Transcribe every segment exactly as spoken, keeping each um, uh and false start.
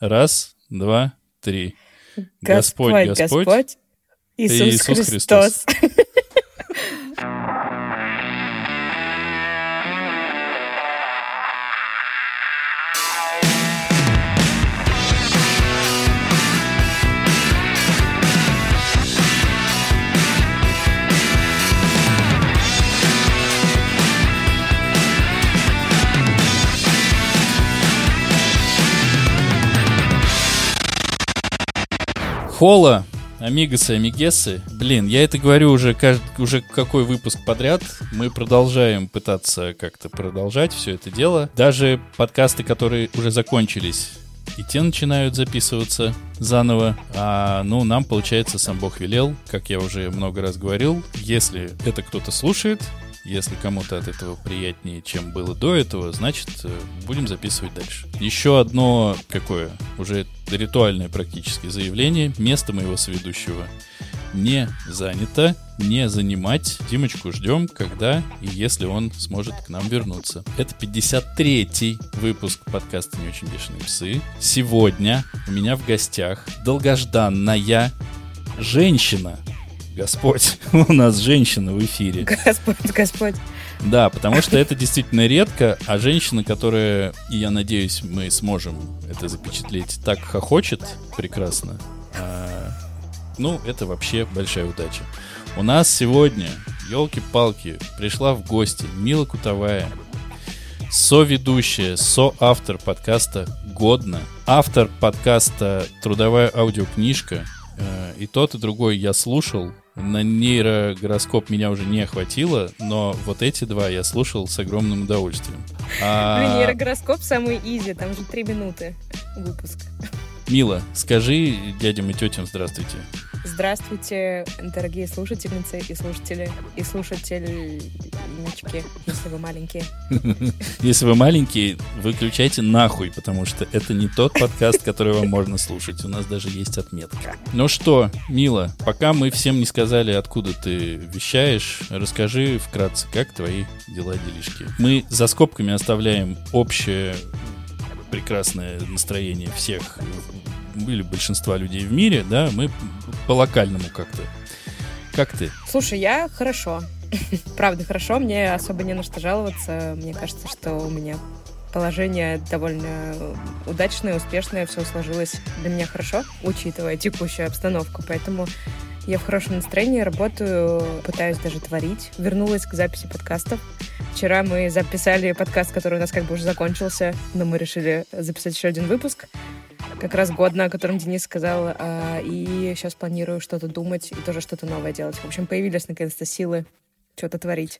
Раз, два, три. Господь, Господь, Господь Иисус, Иисус Христос. Христос. Хола, амигосы, амигесы. Блин, я это говорю уже, кажд... уже какой выпуск подряд. Мы продолжаем пытаться как-то продолжать все это дело. Даже подкасты, которые уже закончились, и те начинают записываться заново. А, ну, нам, получается, сам Бог велел, как я уже много раз говорил, если это кто-то слушает, если кому-то от этого приятнее, чем было до этого, значит, будем записывать дальше. Еще одно какое, уже ритуальное практически заявление. Место моего соведущего не занято, не занимать. Димочку ждем, когда и если он сможет к нам вернуться. Это пятьдесят третий выпуск подкаста «Не очень бешеные псы». Сегодня у меня в гостях долгожданная женщина. Господь, у нас женщина в эфире. Господь, Господь. Да, потому что это действительно редко, а женщина, которая, и я надеюсь, мы сможем это запечатлеть, так хохочет прекрасно, а, ну, это вообще большая удача. У нас сегодня, елки-палки, пришла в гости Мила Кутовая, соведущая, соавтор подкаста «Годно», автор подкаста «Трудовая аудиокнижка». И тот, и другой я слушал. На нейрогороскоп меня уже не хватило, но вот эти два я слушал с огромным удовольствием. А... Нейрогороскоп самый изи, там же три минуты выпуск. Мила, скажи дядям и тетям здравствуйте. Здравствуйте, дорогие слушательницы и слушатели, и слушательнички, если вы маленькие. Если вы маленькие, выключайте нахуй, потому что это не тот подкаст, который вам можно слушать. У нас даже есть отметка. Ну что, Мила, пока мы всем не сказали, откуда ты вещаешь, расскажи вкратце, как твои дела, делишки. Мы за скобками оставляем общее прекрасное настроение всех или большинства людей в мире, да, мы по локальному как-то. Как ты? Слушай, я хорошо. Правда, хорошо, мне особо не на что жаловаться. Мне кажется, что у меня положение довольно удачное, успешное, все сложилось для меня хорошо, учитывая текущую обстановку, поэтому я в хорошем настроении, работаю, пытаюсь даже творить. Вернулась к записи подкастов. Вчера мы записали подкаст, который у нас как бы уже закончился, но мы решили записать еще один выпуск. Как раз годно, о котором Денис сказал. И сейчас планирую что-то думать и тоже что-то новое делать. В общем, появились наконец-то силы что-то творить.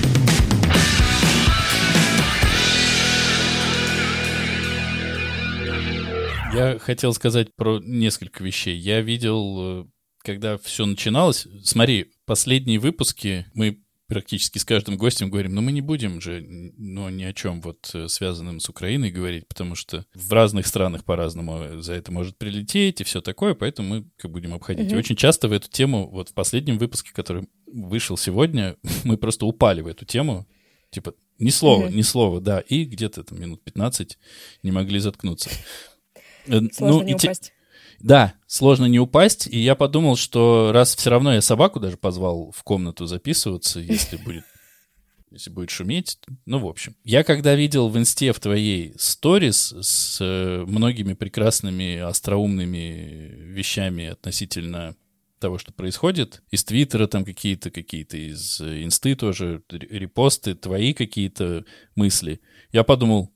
Я хотел сказать про несколько вещей. Я видел, когда все начиналось... Смотри, последние выпуски мы практически с каждым гостем говорим, ну мы не будем же ну, ни о чем вот связанном с Украиной говорить, потому что в разных странах по-разному за это может прилететь и все такое, поэтому мы как будем обходить. Mm-hmm. И очень часто в эту тему, вот в последнем выпуске, который вышел сегодня, мы просто упали в эту тему, типа ни слова, mm-hmm. ни слова, да, и где-то там минут пятнадцать не могли заткнуться. Сложно ну, не упасть. Те... Да, сложно не упасть, и я подумал, что раз все равно я собаку даже позвал в комнату записываться, если будет, если будет шуметь, ну, в общем. Я когда видел в инсте в твоей сторис с многими прекрасными остроумными вещами относительно того, что происходит, из Твиттера там какие-то, какие-то из инсты тоже, репосты, твои какие-то мысли, я подумал,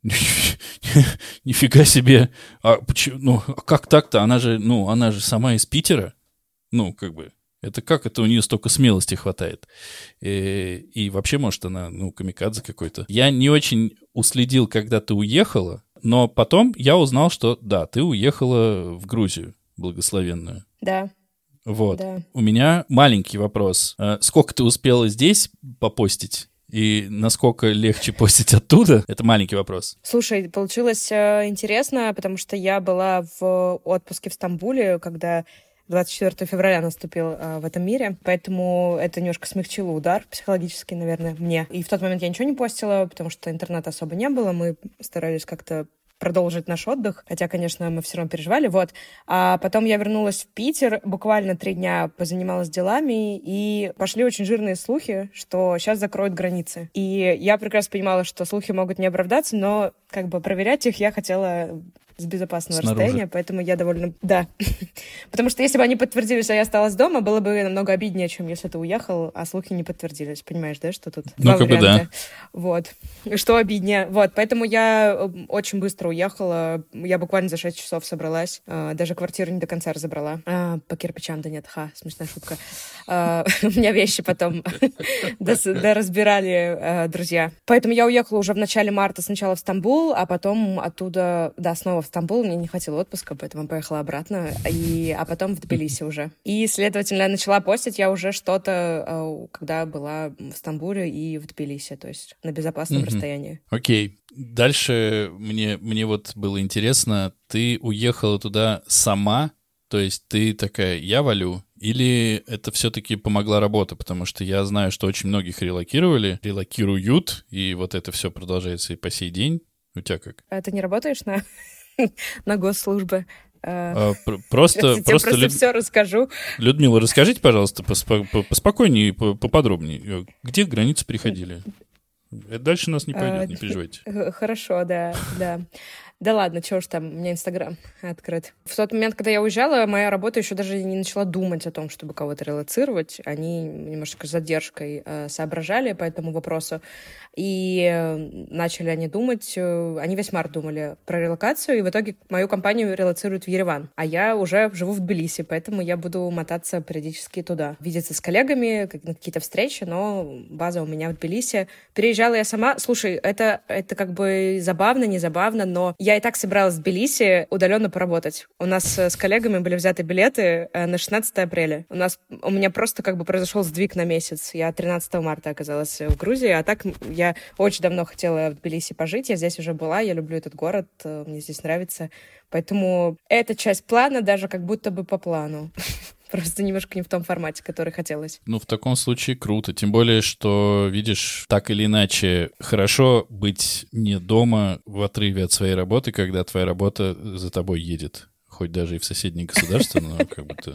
нифига себе, а почему, ну, как так-то, она же, ну, она же сама из Питера, ну, как бы, это как это у нее столько смелости хватает, и, и вообще, может, она, ну, камикадзе какой-то. Я не очень уследил, когда ты уехала, но потом я узнал, что, да, ты уехала в Грузию благословенную. Да. Вот, да. У меня маленький вопрос, сколько ты успела здесь попостить? И насколько легче постить оттуда? Это маленький вопрос. Слушай, получилось э, интересно, потому что я была в отпуске в Стамбуле, когда двадцать четвёртого февраля наступил э, в этом мире, поэтому это немножко смягчило удар психологический, наверное, мне. И в тот момент я ничего не постила, потому что интернета особо не было, мы старались как-то продолжить наш отдых, хотя, конечно, мы все равно переживали, вот. А потом я вернулась в Питер, буквально три дня позанималась делами, и пошли очень жирные слухи, что сейчас закроют границы. И я прекрасно понимала, что слухи могут не оправдаться, но как бы проверять их я хотела с безопасного Снаружи. расстояния, поэтому я довольно... Да. Потому что если бы они подтвердились, а я осталась дома, было бы намного обиднее, чем если ты уехал, а слухи не подтвердились. Понимаешь, да, что тут ну, два как варианта? Бы да. Вот. Что обиднее. Вот, поэтому я очень быстро уехала. Я буквально за шесть часов собралась. Даже квартиру не до конца разобрала. По кирпичам, да нет, ха, смешная шутка. У меня вещи потом доразбирали друзья. Поэтому я уехала уже в начале марта сначала в Стамбул, а потом оттуда, да, снова в Стамбул, мне не хватило отпуска, поэтому поехала обратно, и, а потом в Тбилиси уже. И, следовательно, начала постить я уже что-то, когда была в Стамбуле и в Тбилиси, то есть на безопасном mm-hmm. расстоянии. Окей. Дальше мне, мне вот было интересно, ты уехала туда сама, то есть ты такая, я валю, или это все-таки помогла работа? Потому что я знаю, что очень многих релокировали, релокируют, и вот это все продолжается и по сей день. У тебя как? А ты не работаешь на... на госслужбе. А, просто, я тебе просто Люд... все расскажу. Людмила, расскажите, пожалуйста, поспокойнее, поподробнее. Где границы переходили? Это дальше нас не пойдет, не переживайте. Хорошо, да, да. Да ладно, чего ж там, у меня Инстаграм открыт. В тот момент, когда я уезжала, моя работа еще даже не начала думать о том, чтобы кого-то релоцировать. Они немножко с задержкой э, соображали по этому вопросу. И э, начали они думать, э, они весь март думали про релокацию, и в итоге мою компанию релоцируют в Ереван. А я уже живу в Тбилиси, поэтому я буду мотаться периодически туда. Видеться с коллегами, на какие-то встречи, но база у меня в Тбилиси. Переезжала я сама. Слушай, это, это как бы забавно, не забавно, но я и так собиралась в Тбилиси удаленно поработать. У нас с коллегами были взяты билеты на шестнадцатое апреля. У нас, у меня просто как бы произошел сдвиг на месяц. Я тринадцатого марта оказалась в Грузии, а так я очень давно хотела в Тбилиси пожить. Я здесь уже была, я люблю этот город, мне здесь нравится. Поэтому эта часть плана даже как будто бы по плану. Просто немножко не в том формате, который хотелось. Ну, в таком случае круто. Тем более, что, видишь, так или иначе, хорошо быть не дома в отрыве от своей работы, когда твоя работа за тобой едет. Хоть даже и в соседнее государство, но как будто...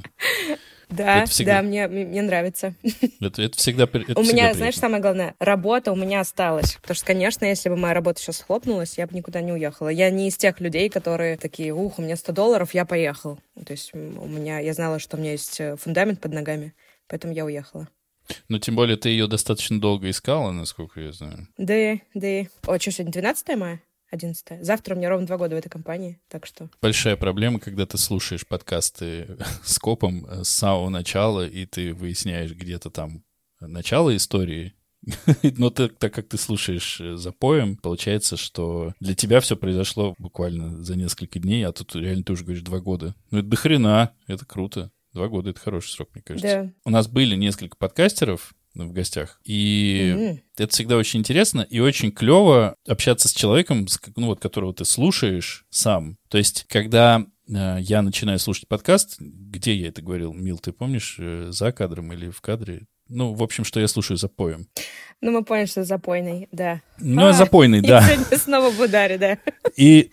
Да, всегда... да, мне, мне нравится. Это, это всегда это У всегда меня, приятно. Знаешь, самое главное, работа у меня осталась. Потому что, конечно, если бы моя работа сейчас схлопнулась, я бы никуда не уехала. Я не из тех людей, которые такие, ух, у меня сто долларов, я поехал. То есть у меня, я знала, что у меня есть фундамент под ногами, поэтому я уехала. Ну, тем более ты ее достаточно долго искала, насколько я знаю. Да, да. О, что сегодня, двенадцатое мая? одиннадцатое. Завтра у меня ровно два года в этой компании, так что... Большая проблема, когда ты слушаешь подкасты с копом с самого начала, и ты выясняешь где-то там начало истории, но так, так как ты слушаешь запоем, получается, что для тебя все произошло буквально за несколько дней, а тут реально ты уже говоришь два года. Ну, это дохрена, это круто. Два года — это хороший срок, мне кажется. Да. У нас были несколько подкастеров в гостях. И mm-hmm. это всегда очень интересно и очень клево общаться с человеком, ну, вот, которого ты слушаешь сам. То есть, когда э, я начинаю слушать подкаст, где я это говорил, Мил, ты помнишь, э, за кадром или в кадре? Ну, в общем, что я слушаю запоем. Ну, мы поняли, что запойный, да. Ну, а, запойный, да. Я сегодня снова в ударе, да. И...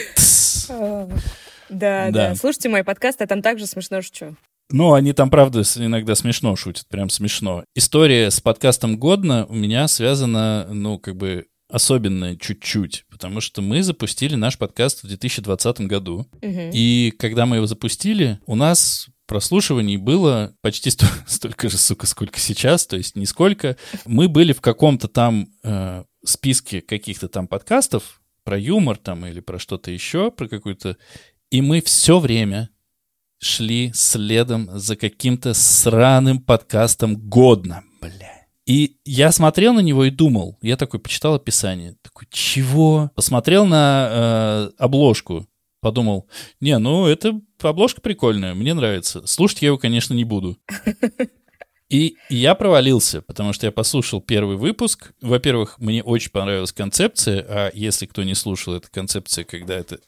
Да, да. Слушайте мой подкаст, а там также смешно шучу. Ну, они там, правда, иногда смешно шутят, прям смешно. История с подкастом «Годно» у меня связана, ну, как бы особенно чуть-чуть, потому что мы запустили наш подкаст в две тысячи двадцатом году. Угу. И когда мы его запустили, у нас прослушиваний было почти сто, столько же, сука, сколько сейчас, то есть нисколько. Мы были в каком-то там э, списке каких-то там подкастов про юмор там или про что-то еще, про какую-то... И мы все время... шли следом за каким-то сраным подкастом «Годно», бля. И я смотрел на него и думал, я такой почитал описание, такой, чего? Посмотрел на э, обложку, подумал, не, ну это обложка прикольная, мне нравится. Слушать я его, конечно, не буду. И, и я провалился, потому что я послушал первый выпуск. Во-первых, мне очень понравилась концепция, а если кто не слушал, это концепция, когда это... Как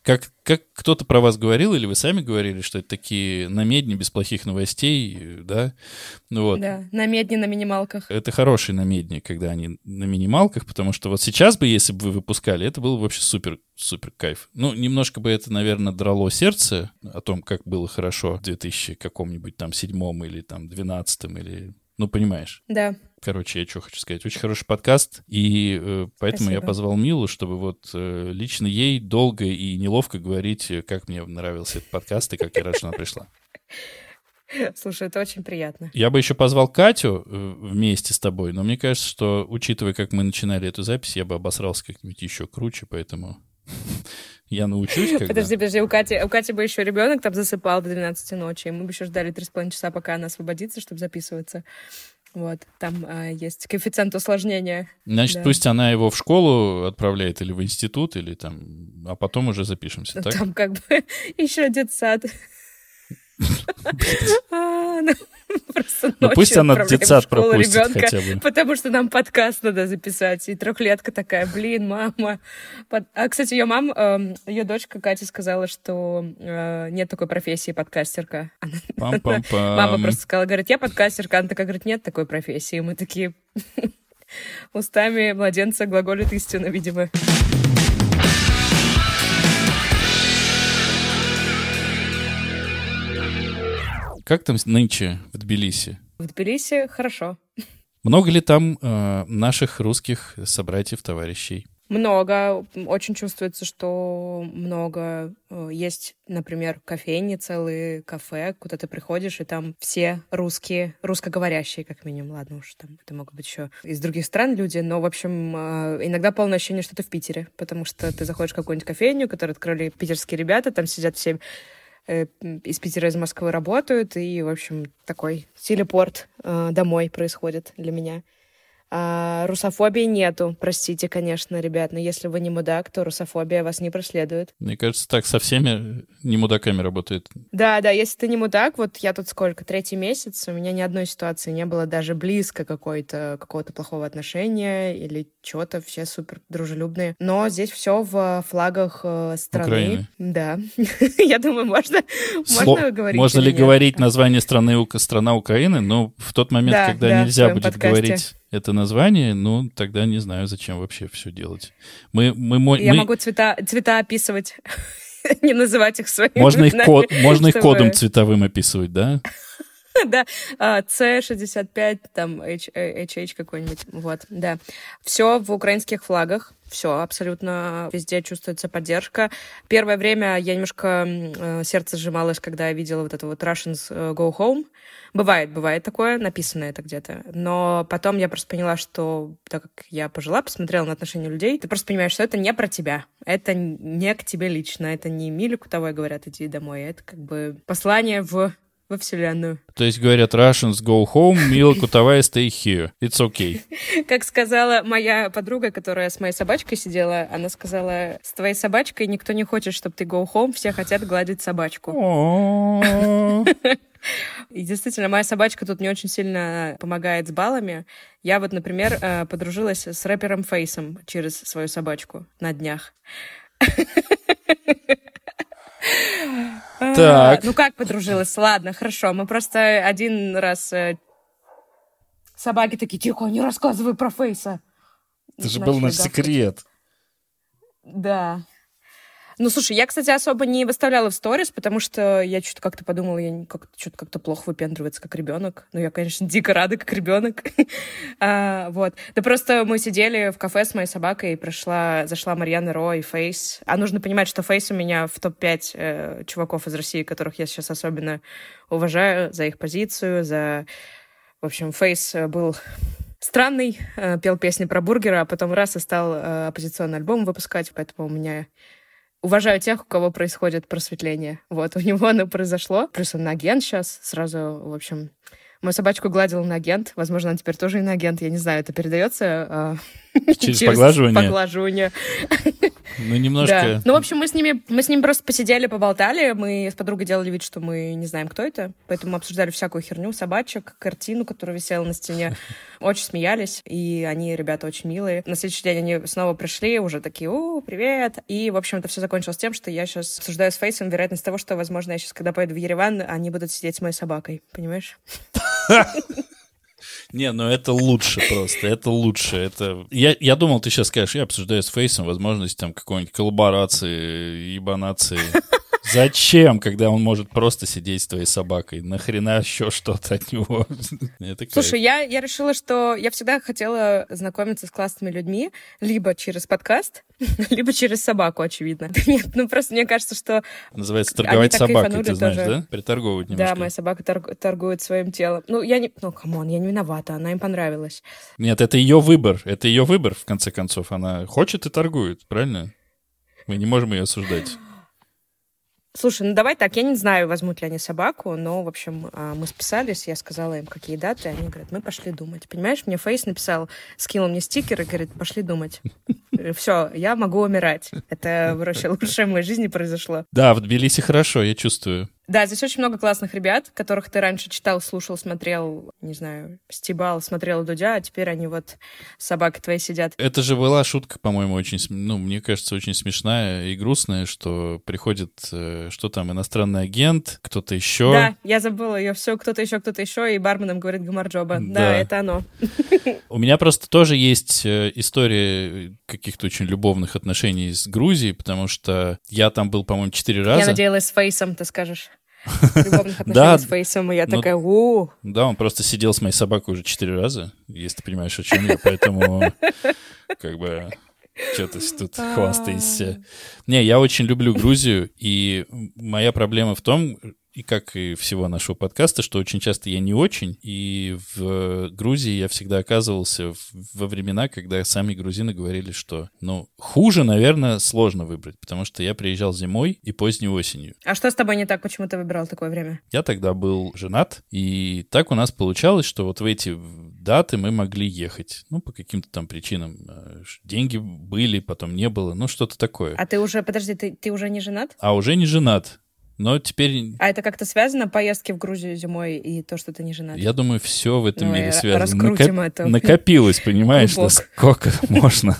как кто-то про вас говорил, или вы сами говорили, что это такие намедни без плохих новостей, да? Вот. Да, намедни на минималках. Это хорошие намедни, когда они на минималках, потому что вот сейчас бы, если бы вы выпускали, это было бы вообще супер, супер кайф. Ну, немножко бы это, наверное, драло сердце о том, как было хорошо в две тысячи каком-нибудь там седьмом или там двенадцатом, или... Ну, понимаешь. Да. Короче, я что хочу сказать. Очень хороший подкаст, и э, поэтому Спасибо. я позвал Милу, чтобы вот э, лично ей долго и неловко говорить, как мне нравился этот подкаст и как я рад, что она пришла. Слушай, это очень приятно. Я бы еще позвал Катю э, вместе с тобой, но мне кажется, что, учитывая, как мы начинали эту запись, я бы обосрался как-нибудь еще круче, поэтому я научусь. Когда... Подожди, подожди, у Кати, у Кати бы еще ребенок там засыпал до двенадцати ночи, и мы бы еще ждали три с половиной часа, пока она освободится, чтобы записываться. Вот, там а, есть коэффициент усложнения. Значит, да. Пусть она его в школу отправляет или в институт, или там, а потом уже запишемся, так? Там как бы еще детсад. Ну пусть она детсад пропустит хотя бы. Потому что нам подкаст надо записать. И трехлетка такая, блин, мама. А, кстати, ее мама, ее дочка Катя сказала, что нет такой профессии подкастерка. Мама просто сказала, говорит, я подкастерка. Она такая говорит, нет такой профессии. Мы такие устами младенца глаголит истину, видимо. Как там нынче в Тбилиси? В Тбилиси хорошо. Много ли там э, наших русских собратьев, товарищей? Много. Очень чувствуется, что много. Есть, например, кофейни целые, кафе, куда ты приходишь, и там все русские, русскоговорящие, как минимум. Ладно уж, там это могут быть еще из других стран люди, но, в общем, иногда полное ощущение, что ты в Питере, потому что ты заходишь в какую-нибудь кофейню, которую открыли питерские ребята, там сидят все из Питера, из Москвы работают, и, в общем, такой телепорт э, домой происходит для меня. А русофобии нету, простите, конечно, ребят, но если вы не мудак, то русофобия вас не преследует. Мне кажется, так со всеми не мудаками работает. Да, да, если ты не мудак, вот я тут сколько, третий месяц, у меня ни одной ситуации не было даже близко какой-то, какого-то плохого отношения или чего-то, все супер дружелюбные. Но здесь все в флагах э, страны. Украины. Да. Я думаю, можно, можно говорить. Можно ли нет? говорить название страны страна Украины, но в тот момент, да, когда да, нельзя будет подкасте. говорить это название, ну, тогда не знаю, зачем вообще все делать. Мы, мы, мы, Я мы... могу цвета, цвета описывать, не называть их своими Можно их, код, можно их чтобы... кодом цветовым описывать, да? Да, С шестьдесят пять, там, H, H какой-нибудь, вот, да. Все в украинских флагах, все, абсолютно везде чувствуется поддержка. Первое время я немножко, э, сердце сжималось, когда я видела вот это вот Russians Go Home. Бывает, бывает такое, написано это где-то. Но потом я просто поняла, что, так как я пожила, посмотрела на отношения людей, ты просто понимаешь, что это не про тебя. Это не к тебе лично, это не Миле Кутовой говорят, иди домой. Это как бы послание в... во вселенную. То есть говорят Russians go home, Мила Кутовая stay here. It's okay. Как сказала моя подруга, которая с моей собачкой сидела, она сказала, с твоей собачкой никто не хочет, чтобы ты go home, все хотят гладить собачку. И действительно, моя собачка тут не очень сильно помогает с баллами. Я вот, например, подружилась с рэпером Фейсом через свою собачку на днях. Так. Ну как подружилась? Ладно, хорошо. Мы просто один раз... Собаки такие, тихо, не рассказывай про Фейса. Это же был наш секрет. Да. Ну, слушай, я, кстати, особо не выставляла в сторис, потому что я что-то как-то подумала, я как-то, что-то как-то плохо выпендривается, как ребенок. Ну, я, конечно, дико рада, как ребенок. а, вот. Да просто мы сидели в кафе с моей собакой, и пришла, зашла Марьяна Ро и Фейс. А нужно понимать, что Фейс у меня в топ пять э, чуваков из России, которых я сейчас особенно уважаю за их позицию, за... В общем, Фейс был... странный, э, пел песни про бургера, а потом раз и стал э, оппозиционный альбом выпускать, поэтому у меня... Уважаю тех, у кого происходит просветление. Вот, у него оно произошло. Плюс он агент сейчас. Сразу, в общем... Мою собачку гладил на агент. Возможно, он теперь тоже иноагент. Я не знаю, это передается Через поглаживание? поглаживание. Ну, немножко... Да. Ну, в общем, мы с ними, мы с ними просто посидели, поболтали. Мы с подругой делали вид, что мы не знаем, кто это. Поэтому обсуждали всякую херню, собачек, картину, которая висела на стене. Очень смеялись. И они, ребята, очень милые. На следующий день они снова пришли, уже такие: «О, привет!» И, в общем, это все закончилось тем, что я сейчас обсуждаю с Фейсом вероятность того, что, возможно, я сейчас, когда поеду в Ереван, они будут сидеть с моей собакой. Понимаешь? Не, ну это лучше просто, это лучше. Это... Я, я думал, ты сейчас скажешь, я обсуждаю с Фейсом возможность там какой-нибудь коллаборации, ебанации. Зачем, когда он может просто сидеть с твоей собакой? Нахрена еще что-то от него? Это Слушай, я, я решила, что я всегда хотела знакомиться с классными людьми либо через подкаст, либо через собаку, очевидно. Нет, ну просто мне кажется, что... Называется торговать собакой, ты знаешь, тоже. Да? Приторговывать немножко. Да, моя собака торг... торгует своим телом. Ну, я не... Ну, камон, я не виновата, она им понравилась. Нет, это ее выбор, это ее выбор, в конце концов. Она хочет и торгует, правильно? Мы не можем ее осуждать. Слушай, ну давай так, я не знаю, возьмут ли они собаку, но, в общем, мы списались, я сказала им, какие даты, они говорят, мы пошли думать. Понимаешь, мне Фейс написал, скинул мне стикер и говорит, пошли думать. Все, я могу умирать. Это, короче, лучшее в моей жизни произошло. Да, в Тбилиси хорошо, я чувствую. Да, здесь очень много классных ребят, которых ты раньше читал, слушал, смотрел, не знаю, стебал, смотрел Дудя, а теперь они вот с собакой твоей сидят. Это же была шутка, по-моему, очень, ну, мне кажется, очень смешная и грустная, что приходит, что там, иностранный агент, кто-то еще. Да, я забыла ее, все, кто-то еще, кто-то еще, и барменом говорит Гамарджоба. Да, да, это оно. У меня просто тоже есть история каких-то очень любовных отношений с Грузией, потому что я там был, по-моему, четыре раза. Я надеялась, с Фейсом ты скажешь. Любовных отношений с Фейсом, и я ну, такая, у Да, он просто сидел с моей собакой уже четыре раза, если ты понимаешь, о чем я, поэтому как бы что-то тут хвастаешься. Не, я очень люблю Грузию, и моя проблема в том, и как и всего нашего подкаста, что очень часто я не очень, и в Грузии я всегда оказывался во времена, когда сами грузины говорили, что, ну, хуже, наверное, сложно выбрать, потому что я приезжал зимой и поздней осенью. А что с тобой не так? Почему ты выбирал такое время? Я тогда был женат, и так у нас получалось, что вот в эти даты мы могли ехать, ну, по каким-то там причинам. Деньги были, потом не было, ну, что-то такое. А ты уже, подожди, ты, ты уже не женат? А уже не женат. Но теперь... А это как-то связано, поездки в Грузию зимой и то, что ты не женат? Я думаю, все в этом ну, мире связано. Раскрутим Накоп... это. Накопилось, понимаешь, да сколько можно.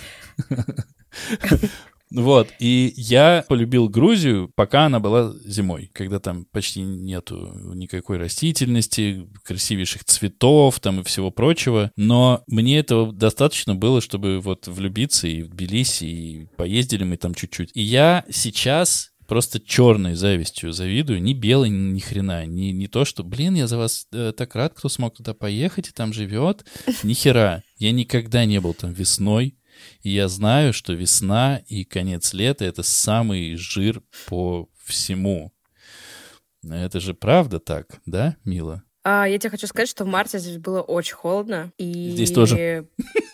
Вот, и я полюбил Грузию, пока она была зимой, когда там почти нету никакой растительности, красивейших цветов там и всего прочего. Но мне этого достаточно было, чтобы вот влюбиться и в Тбилиси, и поездили мы там чуть-чуть. И я сейчас... просто черной завистью завидую, ни белой, ни хрена, ни, не то, что, блин, я за вас э, так рад, кто смог туда поехать и там живет, ни хера. Я никогда не был там весной, и я знаю, что весна и конец лета — это самый жир по всему. Это же правда так, да, Мила? А, я тебе хочу сказать, что в марте здесь было очень холодно. И... Здесь тоже.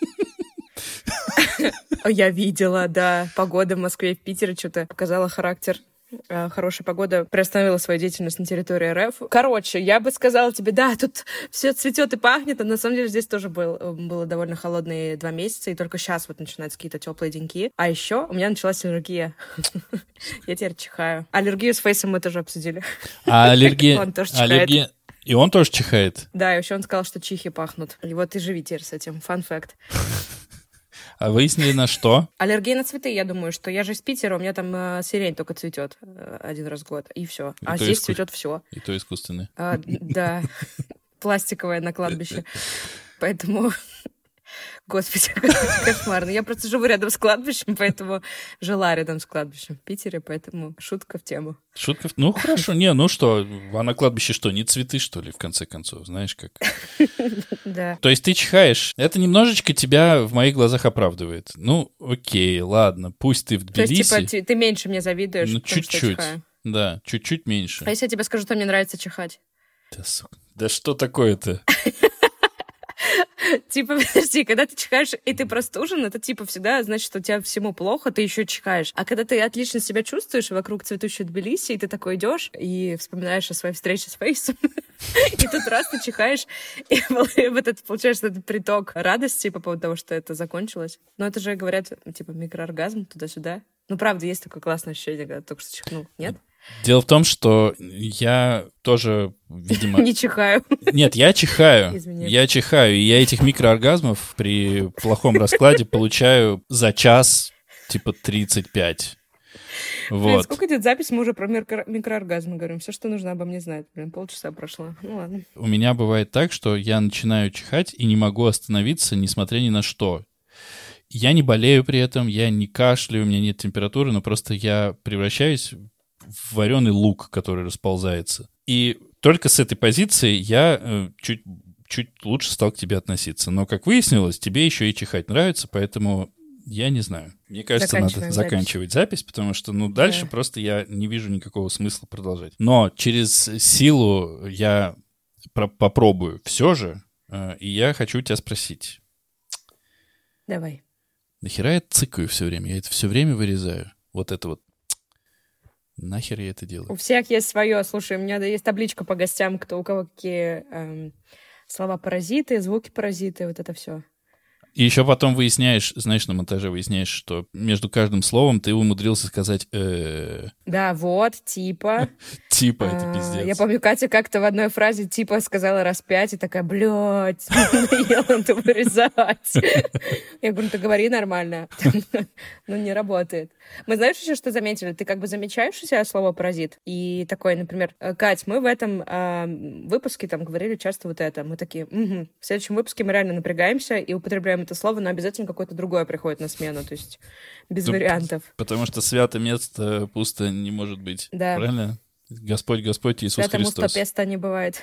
Я видела, да. Погода в Москве и в Питере что-то показала характер. Хорошая погода приостановила свою деятельность на территории РФ. Короче, я бы сказала тебе, да, тут все цветет и пахнет, а на самом деле здесь тоже был, было довольно холодные два месяца, и только сейчас вот начинаются какие-то теплые деньки. А еще у меня началась аллергия. Я теперь чихаю. Аллергию с Фейсом мы тоже обсудили. А аллергия... Он тоже чихает. И он тоже чихает? Да, и еще он сказал, что чихи пахнут. И вот и живи теперь с этим. Фан факт. А выяснили на что? Аллергия на цветы, я думаю, что я же из Питера, у меня там э, сирень только цветет э, один раз в год, и все. А здесь иску... цветет все. И то искусственное. А, да, пластиковое на кладбище. Поэтому, господи, кошмарно. Я просто живу рядом с кладбищем, поэтому жила рядом с кладбищем в Питере, поэтому шутка в тему. Шутка в... Ну, хорошо. Не, ну что, а на кладбище что, не цветы, что ли, в конце концов? Знаешь, как... Да. То есть ты чихаешь. Это немножечко тебя в моих глазах оправдывает. Ну, окей, ладно, пусть ты в Тбилиси... То есть, типа, ты меньше мне завидуешь, ну, потому чуть-чуть. что я чихаю? Да, чуть-чуть меньше. А если я тебе скажу, что мне нравится чихать? Да, сука. Да что такое-то? Типа, подожди, когда ты чихаешь, и ты простужен, это типа всегда значит, что у тебя всему плохо, ты еще чихаешь. А когда ты отлично себя чувствуешь, вокруг цветущей Тбилиси, и ты такой идешь и вспоминаешь о своей встрече с Фейсом, И тут раз ты чихаешь, и вот это получается этот приток радости по поводу того, что это закончилось. Но это же, говорят, типа микрооргазм туда-сюда. Ну, правда, есть такое классное ощущение, когда только что чихнул, нет? Дело в том, что я тоже, видимо... Не чихаю. Нет, я чихаю. Извини. Я чихаю, и я этих микрооргазмов при плохом раскладе получаю за час, типа, тридцать пять. Блин, Вот. сколько идет запись, мы уже про микро- микрооргазм говорим. Все, что нужно обо мне знать. Блин, полчаса прошло. Ну ладно. У меня бывает так, что я начинаю чихать и не могу остановиться, несмотря ни на что. Я не болею при этом, я не кашляю, у меня нет температуры, но просто я превращаюсь в вареный лук, который расползается. И только с этой позиции я э, чуть, чуть лучше стал к тебе относиться. Но, как выяснилось, тебе еще и чихать нравится, поэтому я не знаю. Мне кажется, надо Заканчиваем заканчивать запись, потому что, ну, дальше Да. просто я не вижу никакого смысла продолжать. Но через силу я про- попробую все же, э, и я хочу тебя спросить. Давай. Нахера я цыкаю все время? Я это все время вырезаю. Вот это вот. Нахер я это делаю? У всех есть свое. Слушай, у меня есть табличка по гостям, кто у кого какие эм, слова паразиты, звуки паразиты, вот это все. И еще потом выясняешь, знаешь, на монтаже выясняешь, что между каждым словом ты умудрился сказать «э». Да, вот, типа. Типа, это А, пиздец. Я помню, Катя как-то в одной фразе типа сказала раз пять и такая, блядь, надоело это вырезать. Я говорю, ну ты говори нормально. Ну, не работает. Мы знаешь еще, что заметили? Ты как бы замечаешь у себя слово «паразит»? И такой, например, Кать, мы в этом а, выпуске там говорили часто вот это. Мы такие, угу. В следующем выпуске мы реально напрягаемся и употребляем это слово, но обязательно какое-то другое приходит на смену. То есть без Ну, вариантов. Потому что свято место пусто не может быть. Да. Правильно? Господь, Господь Иисус Святому Христос. сто песто не бывает.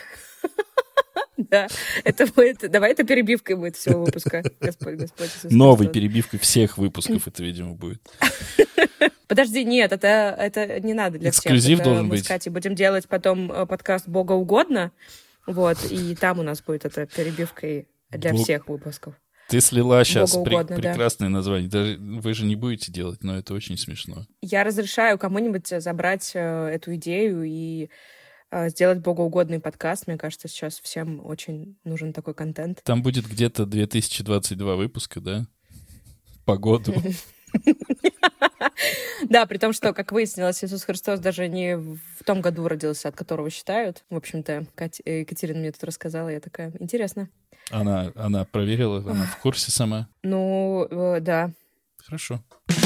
Да, это будет... Давай это перебивкой будет всего выпуска. Господь, Господь Иисус Новой Христос. перебивкой всех выпусков это, видимо, будет. Подожди, нет, это, это не надо для всех. Эксклюзив Это должен мы быть. с Катей будем делать потом э, подкаст «Бога угодно», вот, и там у нас будет это перебивкой для Бог- всех выпусков. Ты слила сейчас Богоугодно, да. прекрасное название. Даже вы же не будете делать, но это очень смешно. Я разрешаю кому-нибудь забрать э, эту идею и э, сделать богоугодный подкаст. Мне кажется, сейчас всем очень нужен такой контент. Там будет где-то две тысячи двадцать два выпуска, да? В погоду. Да, при том, что, как выяснилось, Иисус Христос даже не в том году родился, от которого считают. В общем-то, Катя, э, Екатерина мне тут рассказала, я такая, интересно. Она, она проверила, она в курсе сама. Ну, э, да. Хорошо.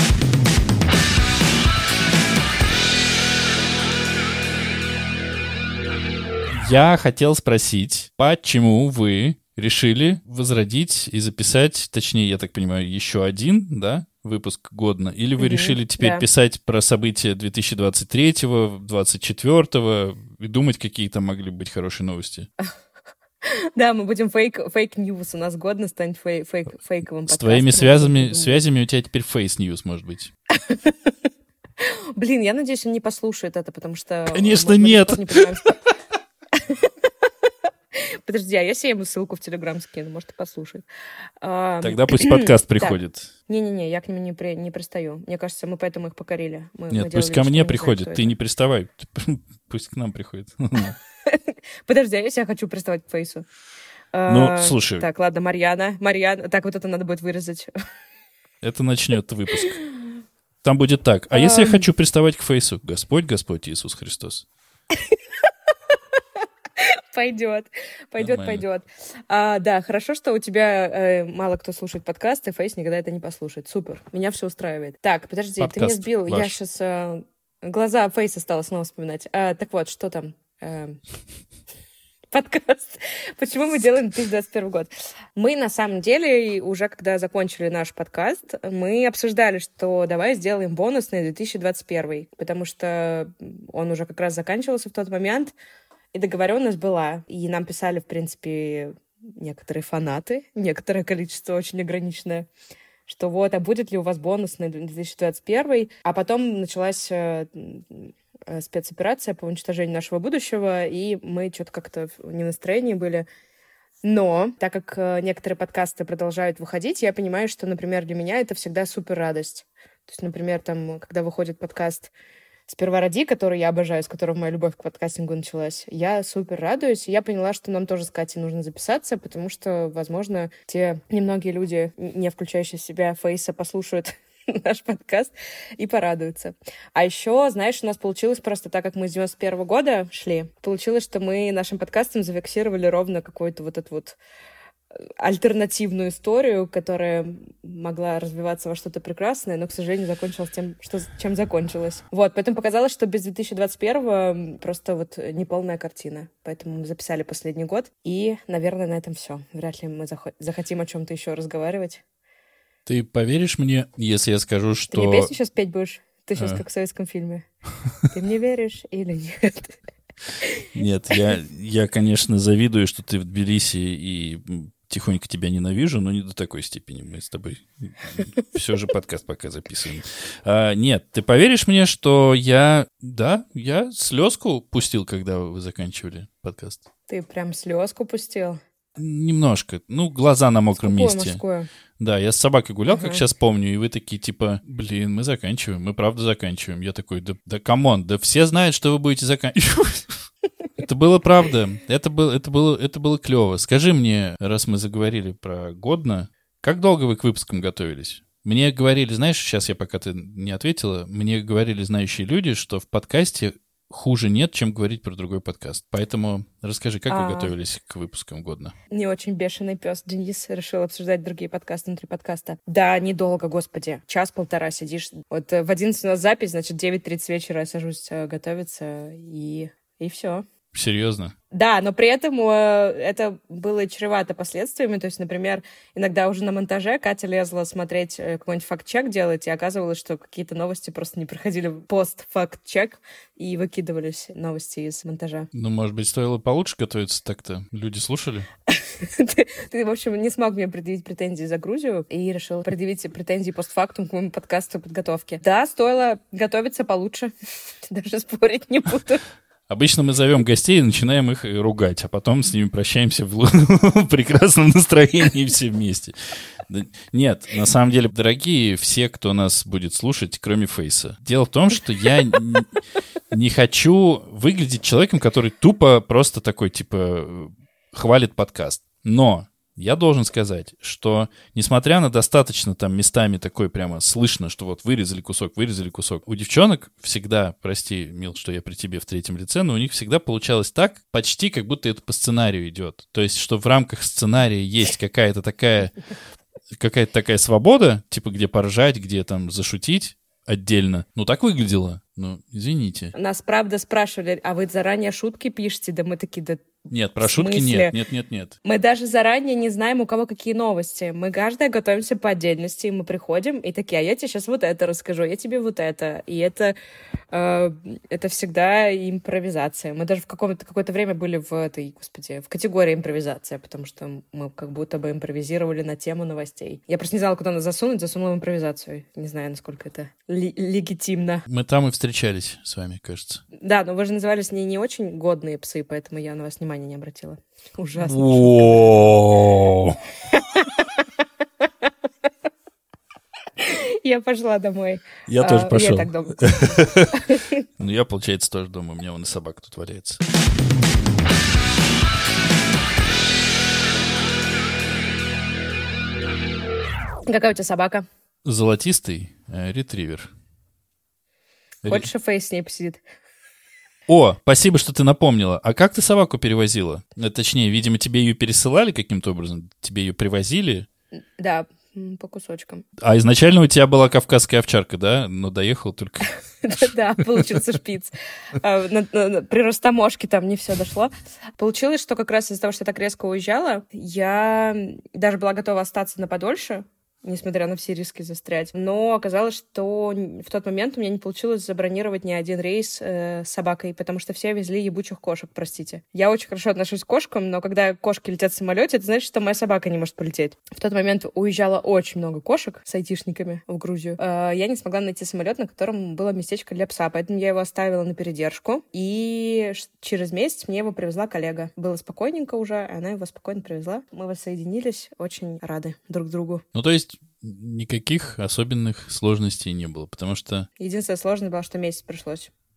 Я хотел спросить, почему вы решили возродить и записать, точнее, я так понимаю, еще один, да, выпуск годно? Или вы Мгм, решили теперь да. писать про события две тысячи двадцать третьего, двадцать четвёртого и думать, какие там могли быть хорошие новости? Да, мы будем фейк, фейк-ньюс. У нас годно станет фей, фейк, фейковым С подкастом. твоими Мы связями, будем- связями у тебя теперь фейс-ньюс, может быть. Блин, я надеюсь, он не послушает это, потому что... Конечно, мы- мы до сих нет. пор не понимаем, что- Подожди, а если я ему ссылку в Телеграм скину, может, и послушает. А, Тогда пусть подкаст так. приходит. Не-не-не, я к нему не, при- не пристаю. Мне кажется, мы поэтому их покорили. Мы- мы Нет, делали пусть вид, ко что мне не знаем, приходит, кто ты это. не приставай. Пусть к нам приходит. Подожди, а если я хочу приставать к Фейсу? Ну, А, слушай. Так, ладно, Марьяна. Марьяна. Так, вот это надо будет вырезать. Это начнет выпуск. Там будет так. А если я Ам. хочу приставать к Фейсу? Господь, Господь Иисус Христос. Пойдет, пойдет, Нормально. пойдет. А, да, хорошо, что у тебя э, мало кто слушает подкасты, Фейс никогда это не послушает. Супер, меня все устраивает. Так, подожди, ты меня Подкаст сбил. Я ваш. сейчас глаза Фейса стала снова вспоминать. А, так вот, что там? Э, подкаст. Почему мы делаем две тысячи двадцать первый год? Мы, на самом деле, уже когда закончили наш подкаст, мы обсуждали, что давай сделаем бонусный две тысячи двадцать первый, потому что он уже как раз заканчивался в тот момент, и договоренность была. И нам писали, в принципе, некоторые фанаты, некоторое количество очень ограниченное, что вот, а будет ли у вас бонусный две тысячи двадцать первый? А потом началась э, э, спецоперация по уничтожению нашего будущего, и мы что-то как-то не в настроении были. Но, так как э, некоторые подкасты продолжают выходить, я понимаю, что, например, для меня это всегда супер радость. То есть, например, там, когда выходит подкаст «Сперва ради», который я обожаю, с которого моя любовь к подкастингу началась. Я супер радуюсь. И я поняла, что нам тоже с Катей нужно записаться, потому что, возможно, те немногие люди, не включающие в себя Фейса, послушают наш подкаст и порадуются. А еще, знаешь, у нас получилось просто так, как мы с девяносто первого года шли, получилось, что мы нашим подкастом зафиксировали ровно какую-то вот эту вот альтернативную историю, которая могла развиваться во что-то прекрасное, но, к сожалению, закончилась тем, что, чем закончилась. Вот, поэтому показалось, что без две тысячи двадцать первого просто вот неполная картина. Поэтому мы записали последний год, и, наверное, на этом все. Вряд ли мы зах- захотим о чем-то еще разговаривать. Ты поверишь мне, если я скажу, что... Ты мне песню сейчас петь будешь? Ты сейчас а. как в советском фильме. Ты мне веришь или нет? Нет, я, я, конечно, завидую, что ты в Тбилиси и тихонько тебя ненавижу, но не до такой степени. Мы с тобой все же подкаст пока записываем. А, нет, ты поверишь мне, что я... Да, я слезку пустил, когда вы заканчивали подкаст. Ты прям слезку пустил? Немножко. Ну, глаза на мокром Скупую месте. мужскую. Да, я с собакой гулял, Ага. как сейчас помню, и вы такие, типа, блин, мы заканчиваем, мы правда заканчиваем. Я такой, да, да камон, да все знают, что вы будете заканчивать. Это было правда, это было, это было, это было клево. Скажи мне, раз мы заговорили про годно, как долго вы к выпускам готовились? Мне говорили, знаешь, сейчас я пока ты не ответила, мне говорили знающие люди, что в подкасте хуже нет, чем говорить про другой подкаст. Поэтому расскажи, как А. вы готовились к выпускам годно? Не очень бешеный пес Денис решил обсуждать другие подкасты внутри подкаста. Да, недолго, господи. Час-полтора сидишь. Вот э, в одиннадцать у нас запись, значит, девять тридцать вечера я сажусь э, готовиться, и, и все. Серьезно? Да, но при этом э, это было чревато последствиями. То есть, например, иногда уже на монтаже Катя лезла смотреть, э, какой-нибудь факт-чек делать, и оказывалось, что какие-то новости просто не проходили пост-факт-чек, и выкидывались новости из монтажа. Ну, может быть, стоило получше готовиться так-то? Люди слушали? Ты, ты, в общем, не смог мне предъявить претензии за Грузию и решил предъявить претензии постфактум к моему подкасту подготовки. Да, стоило готовиться получше. Даже спорить не буду. Обычно мы зовем гостей и начинаем их ругать, а потом с ними прощаемся в, в прекрасном настроении все вместе. Да, нет, на самом деле, дорогие все, кто нас будет слушать, кроме Фейса. Дело в том, что я не, не хочу выглядеть человеком, который тупо просто такой, типа, хвалит подкаст. Но я должен сказать, что несмотря на достаточно там местами такой прямо слышно, что вот вырезали кусок, вырезали кусок, у девчонок всегда, прости, Мил, что я при тебе в третьем лице, но у них всегда получалось так, почти как будто это по сценарию идет. То есть, что в рамках сценария есть какая-то такая, какая-то такая свобода, типа где поржать, где там зашутить отдельно. Ну, так выглядело. Ну, извините. Нас, правда, спрашивали, а вы заранее шутки пишете? Да мы такие, да Нет, про шутки нет, нет, нет, нет. Мы даже заранее не знаем, у кого какие новости. Мы каждая готовимся по отдельности, и мы приходим, и такие, а я тебе сейчас вот это расскажу, я тебе вот это. И это, э, это всегда импровизация. Мы даже в каком-то, какое-то время были в этой, господи, в категории импровизация, потому что мы как будто бы импровизировали на тему новостей. Я просто не знала, куда нас засунуть, засунула в импровизацию. Не знаю, насколько это ли- легитимно. Мы там и встречались с вами, кажется. Да, но вы же назывались не, не очень годные псы, поэтому я на вас внимания не обратила. Ужасно. Я пошла домой. Я тоже пошел. Я так дома. Ну, я, получается, тоже дома. У меня вон и собака тут валяется. Какая у тебя собака? Золотистый э, ретривер. Хочешь, Фейс с ней посидит? О, спасибо, что ты напомнила. А как ты собаку перевозила? Э, Точнее, видимо, тебе ее пересылали каким-то образом? Тебе ее привозили? Да, м, по кусочкам. А изначально у тебя была кавказская овчарка, да? Но доехал только... Да, получился шпиц. А, на- на- на- При растаможке там не все дошло. Получилось, что как раз из-за того, что я так резко уезжала, я даже была готова остаться на подольше, несмотря на все риски застрять. Но оказалось, что в тот момент у меня не получилось забронировать ни один рейс э, с собакой, потому что все везли ебучих кошек, простите. Я очень хорошо отношусь к кошкам, но когда кошки летят в самолете, это значит, что моя собака не может полететь. В тот момент уезжало очень много кошек с айтишниками в Грузию. Э, я не смогла найти самолет, на котором было местечко для пса, поэтому я его оставила на передержку. И ш- через месяц мне его привезла коллега. Было спокойненько уже, и она его спокойно привезла. Мы воссоединились, очень рады друг другу. Ну, то есть никаких особенных сложностей не было, потому что... Единственное сложное было, что месяц пришлось.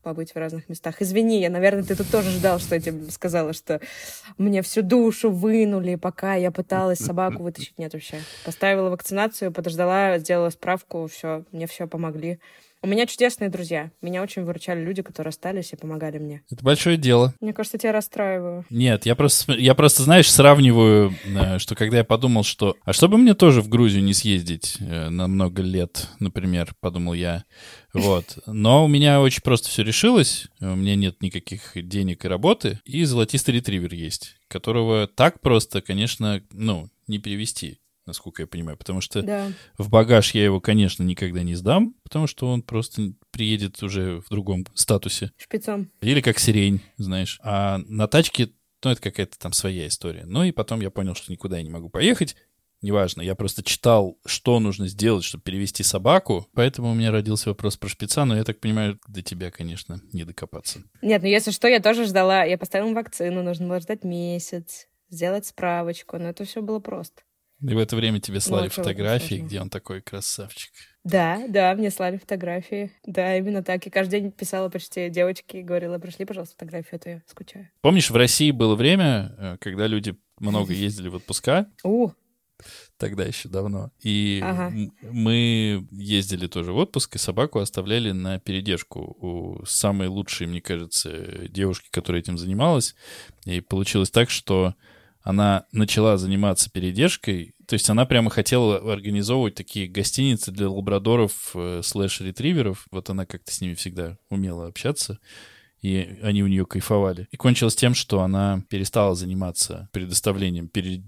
побыть в разных местах. Извини, я, наверное, ты тут тоже ждал, что я тебе сказала, что мне всю душу вынули, пока я пыталась собаку вытащить. Нет, вообще. Поставила вакцинацию, подождала, сделала справку, все, мне все помогли. У меня чудесные друзья. Меня очень выручали люди, которые остались и помогали мне. Это большое дело. Мне кажется, тебя расстраиваю. Нет, я просто, я просто, знаешь, сравниваю, что когда я подумал, что... А что бы мне тоже в Грузию не съездить на много лет, например, подумал я. Вот. Но у меня очень просто все решилось. У меня нет никаких денег и работы. И золотистый ретривер есть, которого так просто, конечно, ну, не перевести, насколько я понимаю, потому что да. в багаж я его, конечно, никогда не сдам, потому что он просто приедет уже в другом статусе. Шпицом. Или как сирень, знаешь. А на тачке, ну, это какая-то там своя история. Ну, и потом я понял, что никуда я не могу поехать. Неважно, я просто читал, что нужно сделать, чтобы перевести собаку, поэтому у меня родился вопрос про шпица, но я так понимаю, до тебя, конечно, не докопаться. Нет, ну если что, я тоже ждала. Я поставила вакцину, нужно было ждать месяц, сделать справочку, но это все было просто. И в это время тебе слали ну, фотографии, где он такой красавчик. Да, да, мне слали фотографии. Да, именно так. И каждый день писала почти девочке и говорила, пришли, пожалуйста, фотографию, а то я скучаю. Помнишь, в России было время, когда люди много ездили в отпуска? У. Тогда еще давно. И ага. мы ездили тоже в отпуск, и собаку оставляли на передержку у самой лучшей, мне кажется, девушки, которая этим занималась. И получилось так, что она начала заниматься передержкой, то есть она прямо хотела организовывать такие гостиницы для лабрадоров э, слэш-ретриверов. Вот она как-то с ними всегда умела общаться, и они у нее кайфовали. И кончилось тем, что она перестала заниматься предоставлением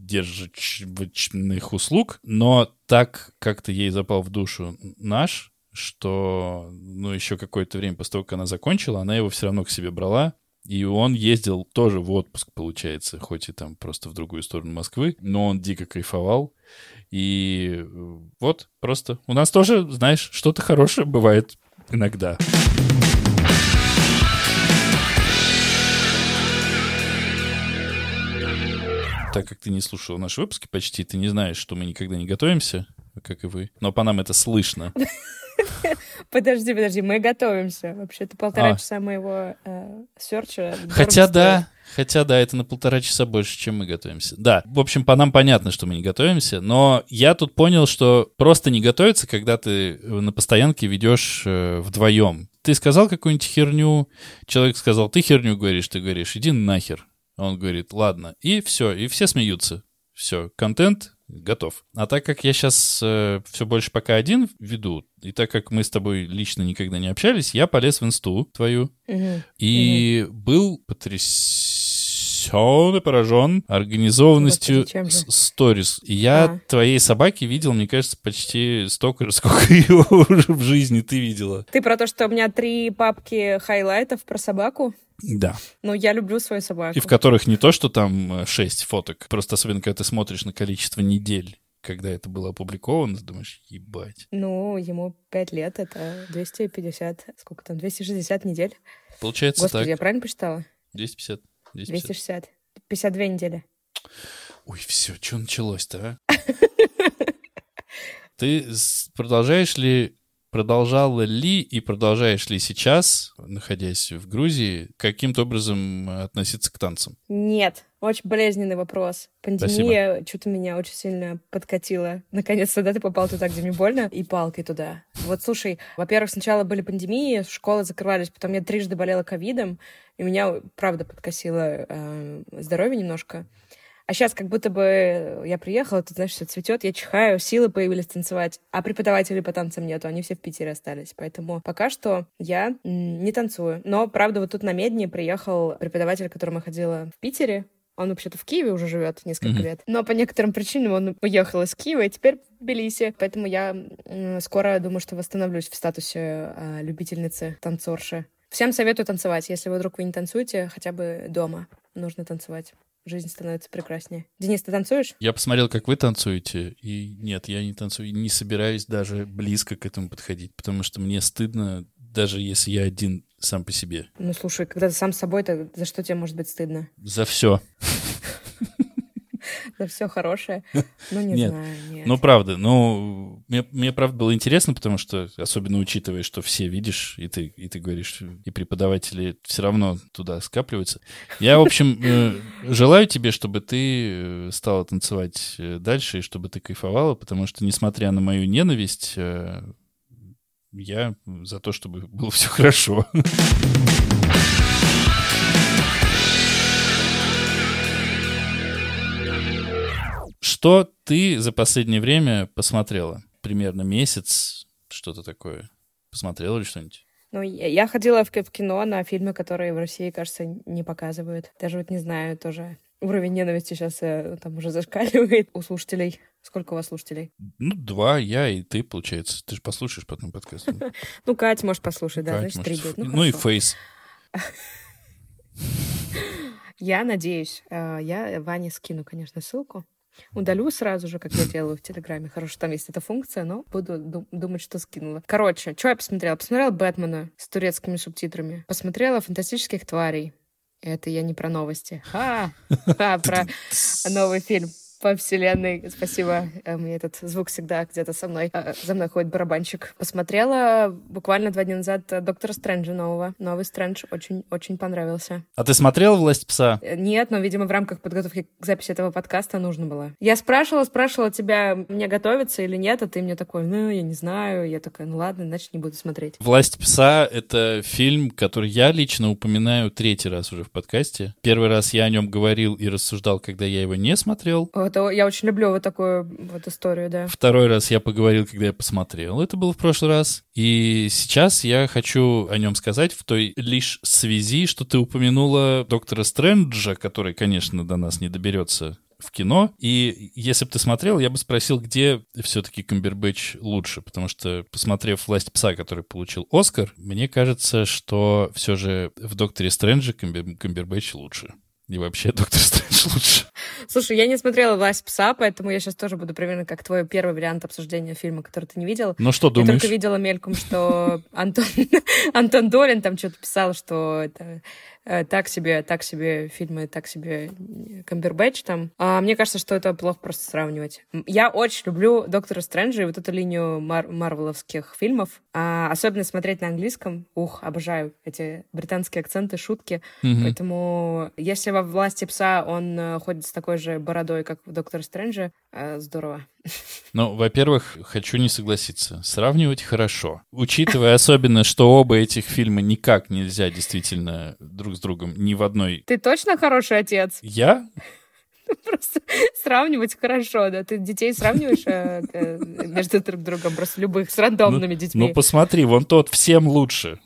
передержечных услуг, но так как-то ей запал в душу наш, что ну, еще какое-то время после того, как она закончила, она его все равно к себе брала. И он ездил тоже в отпуск, получается, хоть и там просто в другую сторону Москвы, но он дико кайфовал. И вот просто у нас тоже, знаешь, что-то хорошее бывает иногда. Так как ты не слушал наши выпуски почти, ты не знаешь, что мы никогда не готовимся, как и вы. Но по нам это слышно. Подожди, подожди, мы готовимся. Вообще-то полтора а. часа моего э, серча. Хотя да, хотя да, это на полтора часа больше, чем мы готовимся. Да, в общем, по нам понятно, что мы не готовимся, но я тут понял, что просто не готовиться, когда ты на постоянке ведешь э, вдвоем. Ты сказал какую-нибудь херню, человек сказал, ты херню говоришь, ты говоришь, иди нахер. Он говорит, ладно, и все, и все смеются. Все, контент готов. А так как я сейчас э, все больше пока один веду, и так как мы с тобой лично никогда не общались, я полез в инсту твою угу. и угу. был потрясен и поражен организованностью сторис. И я а. твоей собаки видел, мне кажется, почти столько, сколько ее уже в жизни ты видела. Ты про то, что у меня три папки хайлайтов про собаку? Да. Ну, я люблю свою собаку. И в которых не то, что там шесть фоток, просто особенно, когда ты смотришь на количество недель, когда это было опубликовано, ты думаешь, ебать. Ну, ему пять лет, это двести пятьдесят, сколько там, двести шестьдесят недель. Получается Господи, так. я правильно посчитала? двести пятьдесят. двести шестьдесят. пятьдесят две недели. Ой, все, что началось-то, а? Ты продолжаешь ли... Продолжала ли и продолжаешь ли сейчас, находясь в Грузии, каким-то образом относиться к танцам? Нет. Очень болезненный вопрос. Пандемия Спасибо. Что-то меня очень сильно подкатила. Наконец-то, да, ты попал туда, где мне больно, и палкой туда. Вот, слушай, во-первых, сначала были пандемии, школы закрывались, потом я трижды болела ковидом, и меня, правда, подкосило э, здоровье немножко. А сейчас как будто бы я приехала, тут, знаешь, все цветет, я чихаю, силы появились танцевать, а преподавателей по танцам нету, они все в Питере остались. Поэтому пока что я не танцую. Но, правда, вот тут на Медне приехал преподаватель, к которому я ходила в Питере. Он вообще-то в Киеве уже живет несколько mm-hmm. лет. Но по некоторым причинам он уехал из Киева и теперь в Тбилиси. Поэтому я скоро, думаю, что восстановлюсь в статусе э, любительницы, танцорши. Всем советую танцевать. Если вы вдруг вы не танцуете, хотя бы дома нужно танцевать. Жизнь становится прекраснее. Денис, ты танцуешь? Я посмотрел, как вы танцуете, и нет, я не танцую, не собираюсь даже близко к этому подходить, потому что мне стыдно, даже если я один сам по себе. Ну, слушай, когда ты сам с собой, то за что тебе может быть стыдно? За все. за все хорошее. Ну, не Нет. знаю, нет. Ну, правда, ну, мне, мне, правда, было интересно, потому что, особенно учитывая, что все видишь, и ты, и ты говоришь, и преподаватели все равно туда скапливаются. Я, в общем, э, желаю тебе, чтобы ты стала танцевать дальше, и чтобы ты кайфовала, потому что, несмотря на мою ненависть, э, я за то, чтобы было все хорошо. Что ты за последнее время посмотрела? Примерно месяц, что-то такое. Посмотрела ли что-нибудь? Ну, я я ходила в ки- в кино на фильмы, которые в России, кажется, не показывают. Даже вот не знаю, тоже уровень ненависти сейчас э, там уже зашкаливает у слушателей. Сколько у вас слушателей? Ну, два, я и ты, получается. Ты же послушаешь потом подкаст. Ну, Катя может послушать, да, Кать, значит, три может, будет. Ну, ну и хорошо. Фейс. Я надеюсь, э, я Ване скину, конечно, ссылку. Удалю сразу же, как я делаю в Телеграме. Хорошо, что там есть эта функция, но буду ду- думать, что скинула. Короче, что я посмотрела? Посмотрела «Бэтмена» с турецкими субтитрами. Посмотрела «Фантастических тварей». Это я не про новости. А, а про новый фильм по вселенной. Спасибо. Э, Мне этот звук всегда где-то со мной. э, За мной ходит барабанщик. Посмотрела буквально два дня назад э, «Доктора Стрэнджа» нового. Новый Стрэндж очень-очень понравился. А ты смотрел «Власть пса»? Э, Нет, но, видимо, в рамках подготовки к записи этого подкаста нужно было. Я спрашивала, спрашивала тебя, мне готовиться или нет, а ты мне такой, ну, я не знаю. Я такая, ну ладно, значит, не буду смотреть. «Власть пса» — это фильм, который я лично упоминаю третий раз уже в подкасте. Первый раз я о нем говорил и рассуждал, когда я его не смотрел. Это, я очень люблю вот такую вот историю, да. Второй раз я поговорил, когда я посмотрел. Это было в прошлый раз. И сейчас я хочу о нем сказать в той лишь связи, что ты упомянула доктора Стрэнджа, который, конечно, до нас не доберется в кино. И если бы ты смотрел, я бы спросил, где все-таки Камбербэтч лучше. Потому что, посмотрев «Власть пса», который получил Оскар, мне кажется, что все же в «Докторе Стрэнджа» Камбер- Камбербэтч лучше. И вообще «Доктор Стрэндж» лучше. Слушай, я не смотрела «Власть пса», поэтому я сейчас тоже буду примерно как твой первый вариант обсуждения фильма, который ты не видел. Ну что Я думаешь? только видела мельком, что Антон, Антон Долин там что-то писал, что это э, так себе, так себе фильмы, так себе Камбербэтч там. А мне кажется, что это плохо просто сравнивать. М, Я очень люблю «Доктора Стрэнджа» и вот эту линию мар- марвеловских фильмов. А, особенно смотреть на английском. Ух, обожаю эти британские акценты, шутки. Мгм. Поэтому если во «Власти пса» он э, ходит с такой же бородой, как в «Докторе Стрэнджа», э, здорово. Ну, во-первых, хочу не согласиться. Сравнивать хорошо. Учитывая особенно, что оба этих фильма никак нельзя действительно друг с другом ни в одной... Ты точно хороший отец? Я? Просто сравнивать хорошо, да? Ты детей сравниваешь э, э, между друг другом, просто любых, с рандомными детьми. Ну, посмотри, вон тот всем лучше.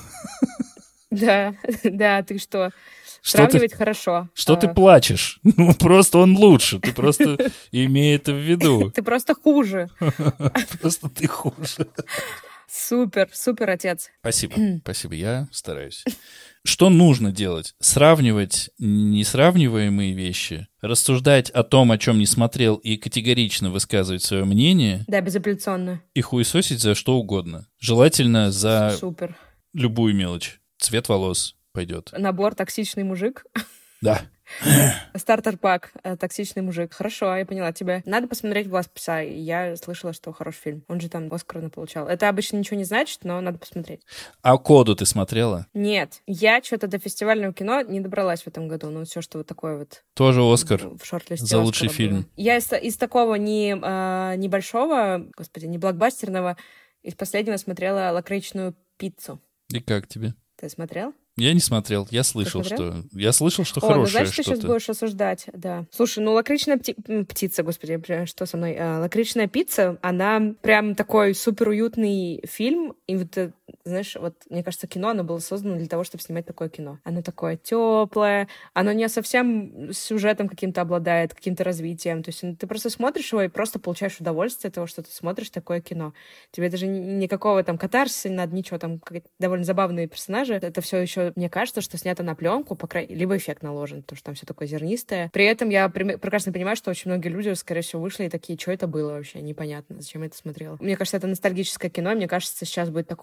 Да, да, ты что? Что ты, Сравнивать хорошо. что ты А, плачешь? Ну, просто он лучше. Ты просто имей это в виду. Ты просто хуже. Просто ты хуже. Супер, супер отец. Спасибо, спасибо, я стараюсь. Что нужно делать? Сравнивать несравниваемые вещи, рассуждать о том, о чем не смотрел, и категорично высказывать свое мнение, Да, безапелляционно. и хуесосить за что угодно. Желательно за Супер. любую мелочь. Цвет волос пойдет. Набор «Токсичный мужик». Да. Стартер-пак э, «Токсичный мужик». Хорошо, я поняла тебя. Надо посмотреть «Власть пса». Я слышала, что хороший фильм. Он же там Оскар получал. Это обычно ничего не значит, но надо посмотреть. А «Коду» ты смотрела? Нет, я что-то до фестивального кино не добралась в этом году. Ну, все, что вот такое вот Тоже Оскар в шорт-листе за лучший Оскара фильм. было. Я из, из такого не, а, небольшого, господи, не блокбастерного, из последнего смотрела «Лакричную пиццу». И как тебе? Ты смотрел? Я не смотрел, я слышал, смотрел? что... Я слышал, что О, ну хорошее значит, ты сейчас что-то. будешь осуждать, да. Слушай, ну лакричная пти- м, птица, господи, бля, что со мной? А, лакричная пицца, она прям такой супер уютный фильм. И вот, э, знаешь, вот мне кажется, кино, оно было создано для того, чтобы снимать такое кино. Оно такое теплое, оно не совсем сюжетом каким-то обладает, каким-то развитием. То есть ну, ты просто смотришь его и просто получаешь удовольствие от того, что ты смотришь такое кино. Тебе даже ни- никакого там катарсиса не надо, ничего, там какие-то довольно забавные персонажи. Это все еще, мне кажется, что снято на пленку, по крайней либо эффект наложен, потому что там все такое зернистое. При этом я прем- прекрасно понимаю, что очень многие люди, скорее всего, вышли и такие, что это было вообще, непонятно, зачем я это смотрела. Мне кажется, это ностальгическое кино, и мне кажется, сейчас будет такого все больше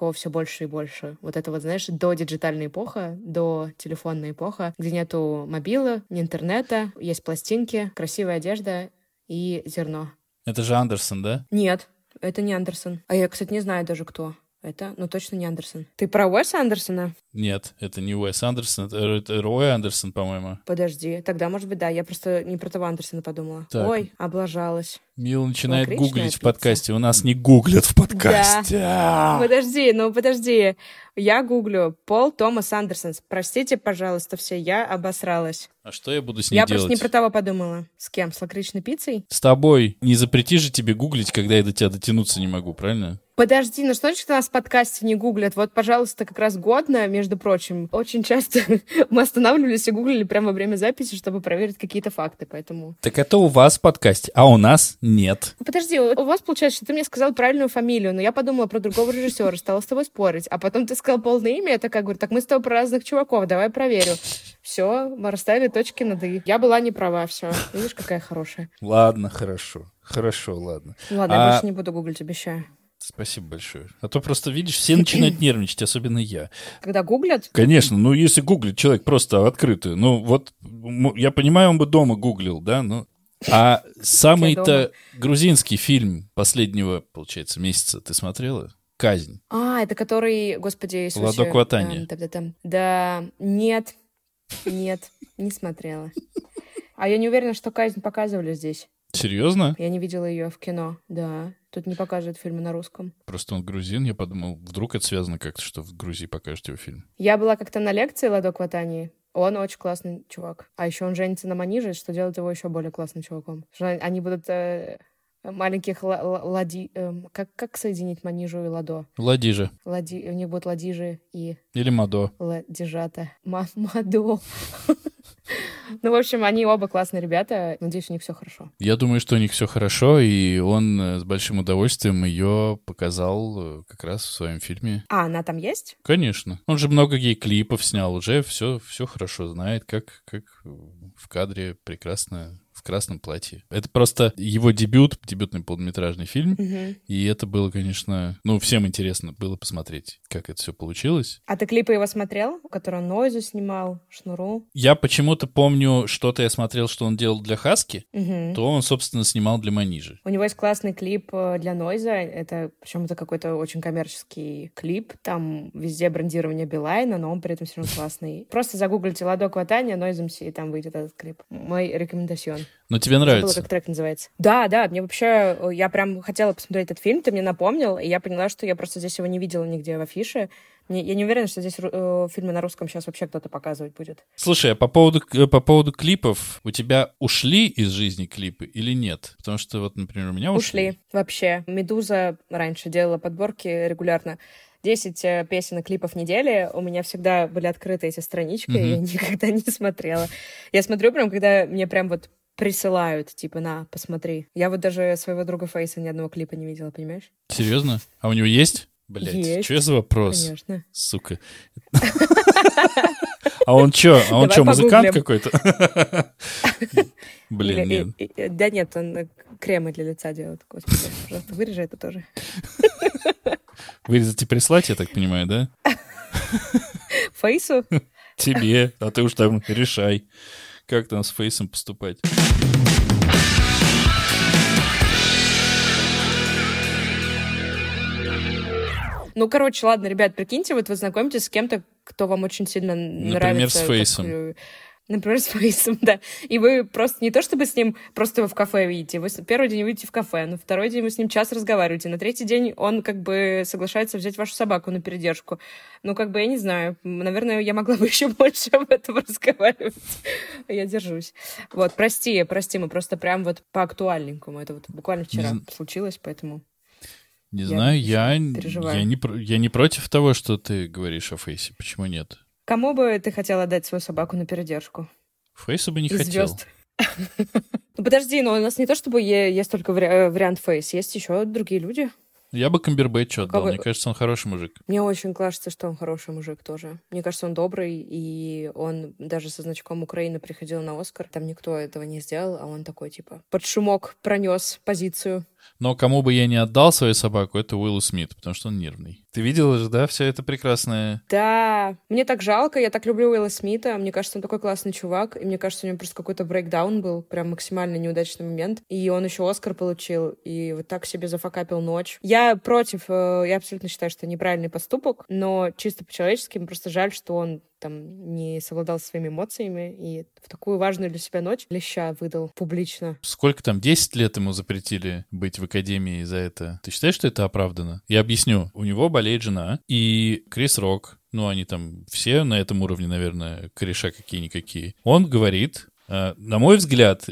больше и больше. Вот это вот, знаешь, до-диджитальная эпоха, до-телефонная эпоха, где нету мобилы, ни интернета, есть пластинки, красивая одежда и зерно. Это же Андерсон, да? Нет, это не Андерсон. А я, кстати, не знаю даже, кто это, но точно не Андерсон. Ты про Уэса Андерсона? Нет, это не Уэс Андерсон, это, это Рой Андерсон, по-моему. Подожди, тогда, может быть, да, я просто не про того Андерсона подумала. Так. Ой, облажалась. Мила начинает Лакричная гуглить в пицца. подкасте. У нас не гуглят в подкасте. А. Подожди, ну подожди. Я гуглю Пол Томас Андерсон. Простите, пожалуйста, все, я обосралась. А что я буду с ней Я делать? просто не про того подумала. С кем? С лакричной пиццей? С тобой. Не запрети же тебе гуглить, когда я до тебя дотянуться не могу, правильно? Подожди, ну что значит, нас в подкасте не гуглят? Вот, пожалуйста, как раз годно, между прочим, очень часто мы останавливались и гуглили прямо во время записи, чтобы проверить какие-то факты, поэтому... Так это у вас в подкасте, а у нас нет. Подожди, у вас получается, что ты мне сказал правильную фамилию, но я подумала про другого режиссера, стала с тобой спорить, а потом ты сказал полное имя, я такая говорю, так мы с тобой про разных чуваков, давай проверю. Все, мы расставили точки над «и». Я была не права, все. Видишь, какая хорошая. Ладно, хорошо. Хорошо, ладно. Ладно, А- я больше не буду гуглить, обещаю. Спасибо большое. А то просто, видишь, все начинают нервничать, особенно я. Когда гуглят, Конечно, ну если гуглит человек просто открыто, ну вот, м- я понимаю, он бы дома гуглил, да, но... А самый-то грузинский фильм последнего, получается, месяца ты смотрела? «Казнь». А, это который, господи, Иисусе... Ладо Кватани. эм, Да, да, нет, нет, не смотрела. А я не уверена, что «Казнь» показывали здесь. Серьезно? Я не видела ее в кино, да. Тут не показывают фильмы на русском. Просто он грузин, я подумал, вдруг это связано как-то, что в Грузии покажут его фильм. Я была как-то на лекции Ладо Кватани. Он очень классный чувак. А еще он женится на Маниже, что делает его еще более классным чуваком. Что они будут э, маленьких ла- ла- лади... эм, как, как соединить Манижу и Ладо? Ладижи. Лади... У них будут ладижи и Или Мадо. ладижата. Ма- Мадо. Ну, в общем, они оба классные ребята. Надеюсь, у них все хорошо. Я думаю, что у них все хорошо, и он э, с большим удовольствием ее показал э, как раз в своем фильме. А, она там есть? Конечно. Он же много гей-клипов снял, уже все, все хорошо знает, как, как в кадре прекрасно в красном платье. Это просто его дебют, дебютный полнометражный фильм, Мгм. и это было, конечно, ну, всем интересно было посмотреть, как это все получилось. А ты клипы его смотрел, который он Нойзу снимал, Шнуру? Я почему-то помню, что-то я смотрел, что он делал для Хаски, Мгм. то он, собственно, снимал для Манижи. У него есть классный клип э, для Нойза. Это, причем это какой-то очень коммерческий клип. Там везде брендирование Билайна, но он при этом все равно классный. Просто загуглите Ладо Кватани, Noise эм си, и там выйдет этот клип. Мой рекомендацион. Но тебе Забыла, нравится? как трек называется. Да, да, мне вообще... э, Я прям хотела посмотреть этот фильм, ты мне напомнил, и я поняла, что я просто здесь его не видела нигде в афише. Мне- я не уверена, что здесь э, фильмы на русском сейчас вообще кто-то показывать будет. Слушай, а по поводу, э, по поводу клипов, у тебя ушли из жизни клипы или нет? Потому что вот, например, у меня ушли. Ушли вообще. «Медуза» раньше делала подборки регулярно. десять э, песен и клипов в неделю. У меня всегда были открыты эти странички, и я Мгм. никогда не смотрела. Я смотрю прям, когда мне прям вот присылают, типа, на, посмотри. Я вот даже своего друга Фейса ни одного клипа не видела, понимаешь? Серьезно? А у него есть? Блять, Есть. что за вопрос? Конечно. Сука. А он чё? А он Давай чё, музыкант погуглим. какой-то? Блин, Или- нет. и- и- да нет, он э, кремы для лица делает. Господи, пожалуйста, вырежи это тоже. Вырезать и прислать, я так понимаю, да? Фейсу? Тебе, а ты уж там решай, как там с Фейсом поступать. Ну, короче, ладно, ребят, прикиньте, вот вы знакомитесь с кем-то, кто вам очень сильно нравится. Например, с как, Фейсом. э, Например, с Фейсом, да. И вы просто не то чтобы с ним просто вы в кафе видите, вы с- первый день выйдете в кафе, на второй день вы с ним час разговариваете, на третий день он как бы соглашается взять вашу собаку на передержку. Ну, как бы, я не знаю, м, наверное, я могла бы еще больше об этом разговаривать. Я держусь. Вот, прости, прости, мы просто прям вот по актуальненькому. Это вот буквально вчера Не случилось, поэтому... Не Я знаю, я, ещё переживаю. я, не, про- я не против того, что ты говоришь о Фейсе. Почему нет? Кому бы ты хотела дать свою собаку на передержку? Фейса бы не Из хотел. звезд. Ну подожди, но у нас не то чтобы е- есть только вари- э, вариант Фейс, есть еще другие люди. Я бы Камбербэтчу отдал. Кого- Мне кажется, он хороший мужик. Мне очень кажется, что он хороший мужик тоже. Мне кажется, он добрый, и он даже со значком Украины приходил на Оскар. Там никто этого не сделал, а он такой, типа, под шумок пронес позицию. но кому бы я не отдал свою собаку, это Уилл Смит, потому что он нервный. Ты видела же, да, все это прекрасное? Да, мне так жалко, я так люблю Уилла Смита, мне кажется, он такой классный чувак, и мне кажется, у него просто какой-то брейкдаун был, прям максимально неудачный момент, и он еще Оскар получил, и вот так себе зафакапил ночь. Я против, я абсолютно считаю, что неправильный поступок, но чисто по-человечески мне просто жаль, что он там не совладал со своими эмоциями и в такую важную для себя ночь леща выдал публично. Сколько там, десять лет ему запретили быть в академии за это? Ты считаешь, что это оправдано? Я объясню. У него болеет жена, и Крис Рок, ну, они там все на этом уровне, наверное, кореша какие-никакие. Он говорит, э, на мой взгляд,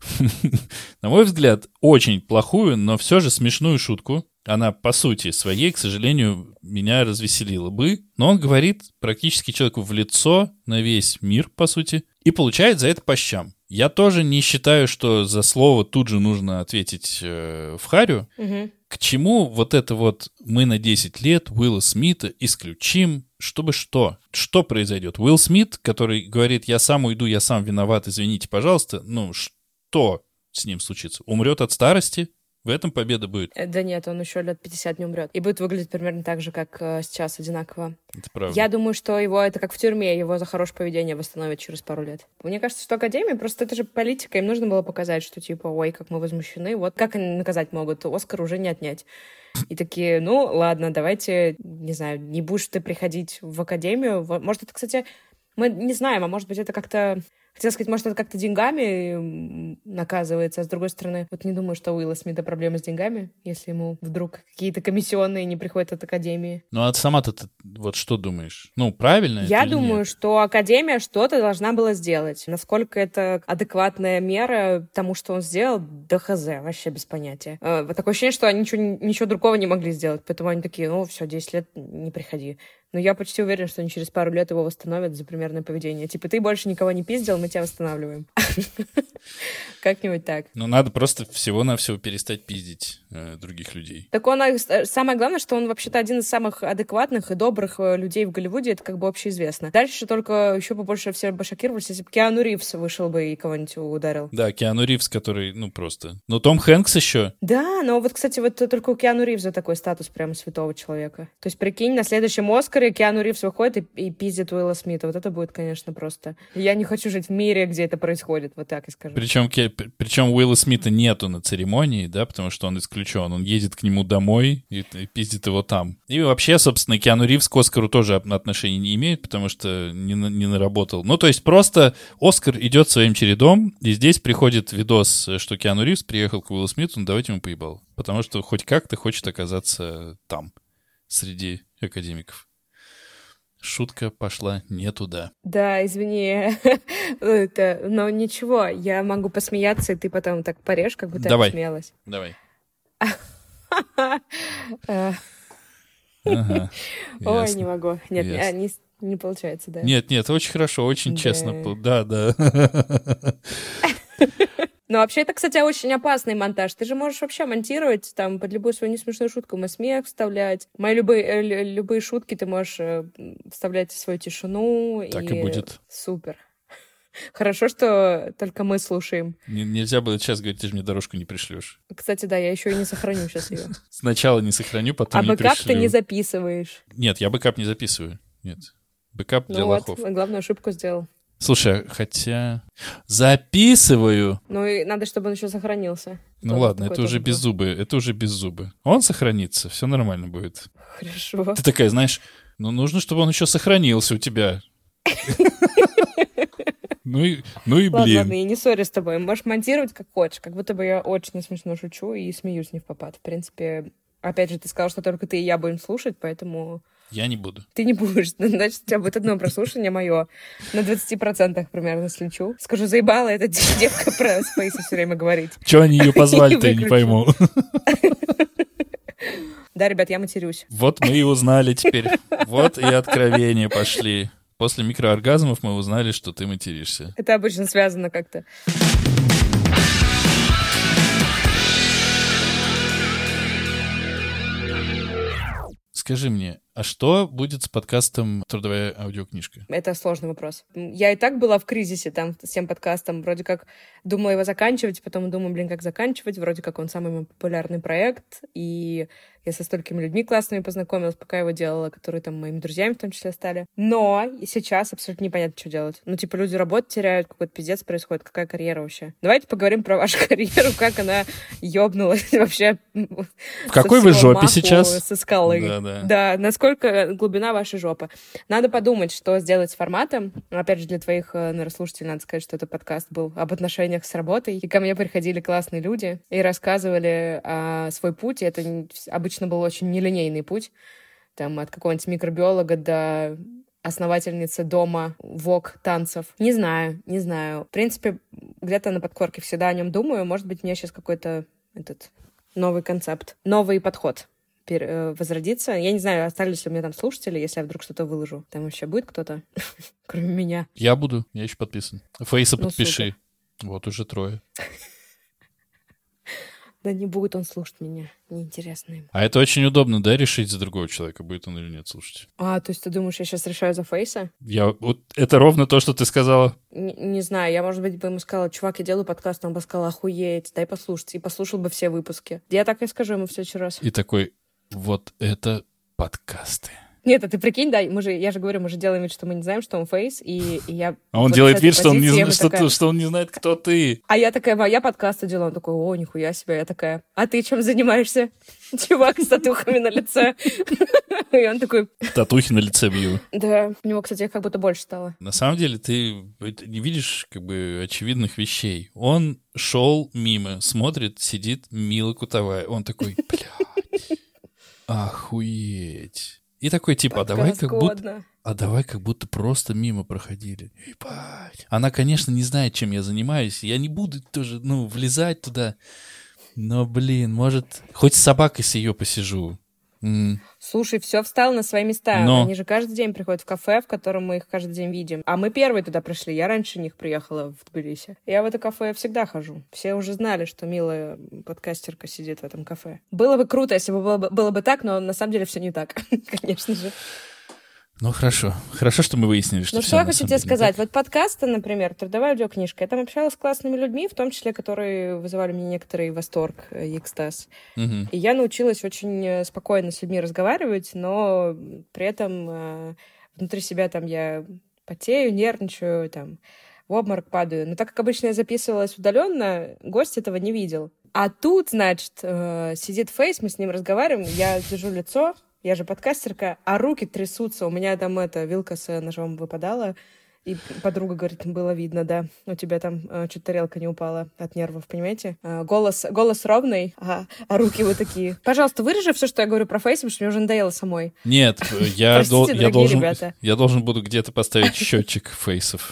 на мой взгляд, очень плохую, но все же смешную шутку. Она, по сути своей, к сожалению, меня развеселила бы. Но он говорит практически человеку в лицо на весь мир, по сути, и получает за это по щам. Я тоже не считаю, что за слово тут же нужно ответить э, в харю. Угу. К чему вот это вот мы на десять лет Уилла Смита исключим, чтобы что? Что произойдет? Уилл Смит, который говорит, я сам уйду, я сам виноват, извините, пожалуйста, ну что с ним случится? Умрет от старости? В этом победа будет. Да нет, он еще лет пятьдесят не умрет. И будет выглядеть примерно так же, как э, сейчас, одинаково. Это правда. Я думаю, что его, это как в тюрьме, его за хорошее поведение восстановят через пару лет. Мне кажется, что Академия, просто это же политика, им нужно было показать, что типа, ой, как мы возмущены, вот как они наказать могут, Оскар уже не отнять. И такие, ну, ладно, давайте, не знаю, не будешь ты приходить в Академию. Может, это, кстати, мы не знаем, а может быть, это как-то... Хотела сказать, может, это как-то деньгами наказывается, а с другой стороны, вот не думаю, что у Уилла Смита проблемы с деньгами, если ему вдруг какие-то комиссионные не приходят от Академии. Ну, а сама-то ты вот что думаешь? Ну, правильно Я это думаю, или нет? что Академия что-то должна была сделать. Насколько это адекватная мера тому, что он сделал, да хз, вообще без понятия. Э, такое ощущение, что они ничего, ничего другого не могли сделать, поэтому они такие, ну, все, десять лет не приходи. Но я почти уверена, что они через пару лет его восстановят за примерное поведение. Типа, ты больше никого не пиздил, мы тебя восстанавливаем. Как-нибудь так. Ну, надо просто всего-навсего перестать пиздить э, других людей. Так он, самое главное, что он вообще-то один из самых адекватных и добрых людей в Голливуде, это как бы общеизвестно. Дальше только еще побольше все бы шокировались, если бы Киану Ривз вышел бы и кого-нибудь ударил. Да, Киану Ривз, который, ну, просто... Но Том Хэнкс еще. Да, но вот, кстати, вот только у Киану Ривза такой статус прямо святого человека. То есть, прикинь, на следующем Оскаре Киану Ривз выходит и, и пиздит Уилла Смита. Вот это будет, конечно, просто... Я не хочу жить в мире, где это происходит, вот так и скажу. Причем, причем Уилла Смита нету на церемонии, да, потому что он исключен. Он едет к нему домой и, и пиздит его там. И вообще, собственно, Киану Ривз к Оскару тоже отношения не имеет, потому что не, не наработал. Ну, то есть просто Оскар идет своим чередом, и здесь приходит видос, что Киану Ривз приехал к Уиллу Смиту, ну, давайте ему поебал. Потому что хоть как-то хочет оказаться там, среди академиков. Шутка пошла не туда. Да, извини. Это, но ничего, я могу посмеяться, и ты потом так порежь, как будто Давай. я посмеялась. Давай. Ага, ой, ясно. Не могу. Нет, не, не получается, да. Нет, нет, очень хорошо, очень да. честно. Да, да. Ну, вообще, это, кстати, очень опасный монтаж. Ты же можешь вообще монтировать там под любую свою несмешную шутку, мы смех вставлять. Мои любые, любые шутки ты можешь вставлять в свою тишину. Так и, и будет. Супер. Хорошо, что только мы слушаем. Н- нельзя было сейчас говорить, ты же мне дорожку не пришлешь. Кстати, да, я еще и не сохраню сейчас ее. Сначала не сохраню, потом а не пришлю. А бэкап ты не записываешь? Нет, я бэкап не записываю. Нет. Бэкап для ну лохов. Вот, главную ошибку сделал. Слушай, хотя... Записываю! Ну и надо, чтобы он еще сохранился. Ну Тоже ладно, это уже без зубы, это уже без зубы. Он сохранится, все нормально будет. Хорошо. Ты такая, знаешь, ну нужно, чтобы он еще сохранился у тебя. Ну и, ну и блин. Ладно, ладно, я не ссорюсь с тобой. Можешь монтировать как хочешь. Как будто бы я очень смешно шучу и смеюсь не в попад. В принципе, опять же, ты сказал, что только ты и я будем слушать, поэтому... Я не буду. Ты не будешь. Значит, у тебя будет одно прослушивание мое. На двадцати процентах примерно слечу. Скажу, заебала эта девка про Спейси все время говорить. Чего они ее позвали-то, я не пойму. Да, ребят, я матерюсь. Вот мы и узнали теперь. Вот и откровения пошли. После микрооргазмов мы узнали, что ты материшься. Это обычно связано как-то. Скажи мне, А что будет с подкастом «Трудовая аудиокнижка»? Это сложный вопрос. Я и так была в кризисе там с тем подкастом. Вроде как думала его заканчивать, потом думаю, блин, как заканчивать. Вроде как он самый мой популярный проект. И я со столькими людьми классными познакомилась, пока его делала, которые там моими друзьями в том числе стали. Но и сейчас абсолютно непонятно, что делать. Ну, типа, люди работу теряют, какой-то пиздец происходит. Какая карьера вообще? Давайте поговорим про вашу карьеру, как она ёбнулась вообще. В какой вы жопе сейчас? Со скалы. Да, да. Да, насколько глубина вашей жопы. Надо подумать, что сделать с форматом. Опять же, для твоих, наверное, слушателей надо сказать, что этот подкаст был об отношениях с работой. И ко мне приходили классные люди и рассказывали о свой путь. И это обычно был очень нелинейный путь. Там от какого-нибудь микробиолога до основательницы дома вок танцев. Не знаю, не знаю. В принципе, где-то на подкорке всегда о нем думаю. Может быть, мне сейчас какой-то этот новый концепт, новый подход возродиться. Я не знаю, остались ли у меня там слушатели, если я вдруг что-то выложу. Там вообще будет кто-то, кроме меня? Я буду, я еще подписан. Фейса подпиши. Вот уже трое. Да не будет он слушать меня, неинтересно ему. А это очень удобно, да, решить за другого человека, будет он или нет слушать? А, то есть ты думаешь, я сейчас решаю за Фейса? Я, вот это ровно то, что ты сказала. Не, не знаю, я, может быть, бы ему сказала, чувак, я делаю подкаст, он бы сказал, охуеть, дай послушать, и послушал бы все выпуски. Я так и скажу ему в следующий раз. И такой, вот это подкасты. Нет, а ты прикинь, да, мы же, я же говорю, мы же делаем вид, что мы не знаем, что он фейс, и, и я... А он вот делает вид, что он, не, что, такая... что он не знает, кто ты. А я такая, я подкасты делаю. Он такой, о, нихуя себе. Я такая, а ты чем занимаешься? Чувак с татухами на лице. И он такой... Татухи на лице бью. Да, у него, кстати, как будто больше стало. На самом деле ты не видишь как бы очевидных вещей. Он шел мимо, смотрит, сидит Мила Кутовая. Он такой, блядь, охуеть. И такой, типа, а давай как будто... А давай как будто просто мимо проходили. Ебать. Она, конечно, не знает, чем я занимаюсь. Я не буду тоже, ну, влезать туда. Но, блин, может, хоть с собакой с ее посижу. М. Слушай, все встало на свои места. Но... Они же каждый день приходят в кафе, в котором мы их каждый день видим. А мы первые туда пришли. Я раньше них приехала в Тбилиси. Я в это кафе всегда хожу. Все уже знали, что милая подкастерка сидит в этом кафе. Было бы круто, если бы было бы, было бы так, но на самом деле все не так, конечно же. Ну, хорошо. Хорошо, что мы выяснили, что Ну, все что я хочу тебе сказать. Так. Вот подкасты, например, «Трудовая аудиокнижка», я там общалась с классными людьми, в том числе, которые вызывали мне некоторый восторг и экстаз. Угу. И я научилась очень спокойно с людьми разговаривать, но при этом э, внутри себя там я потею, нервничаю, там, в обморок падаю. Но так как обычно я записывалась удаленно, гость этого не видел. А тут, значит, э, сидит Фейс, мы с ним разговариваем, я держу лицо, я же подкастерка, а руки трясутся. У меня там эта вилка с ножом выпадала. И подруга говорит, было видно, да, у тебя там э, чуть тарелка не упала от нервов, понимаете? Э, голос, голос ровный, а, а руки вот такие. Пожалуйста, вырежи все, что я говорю про Фейс, потому что мне уже надоело самой. Нет, я, Простите, дол- я, должен, ребята. я должен буду где-то поставить счетчик фейсов.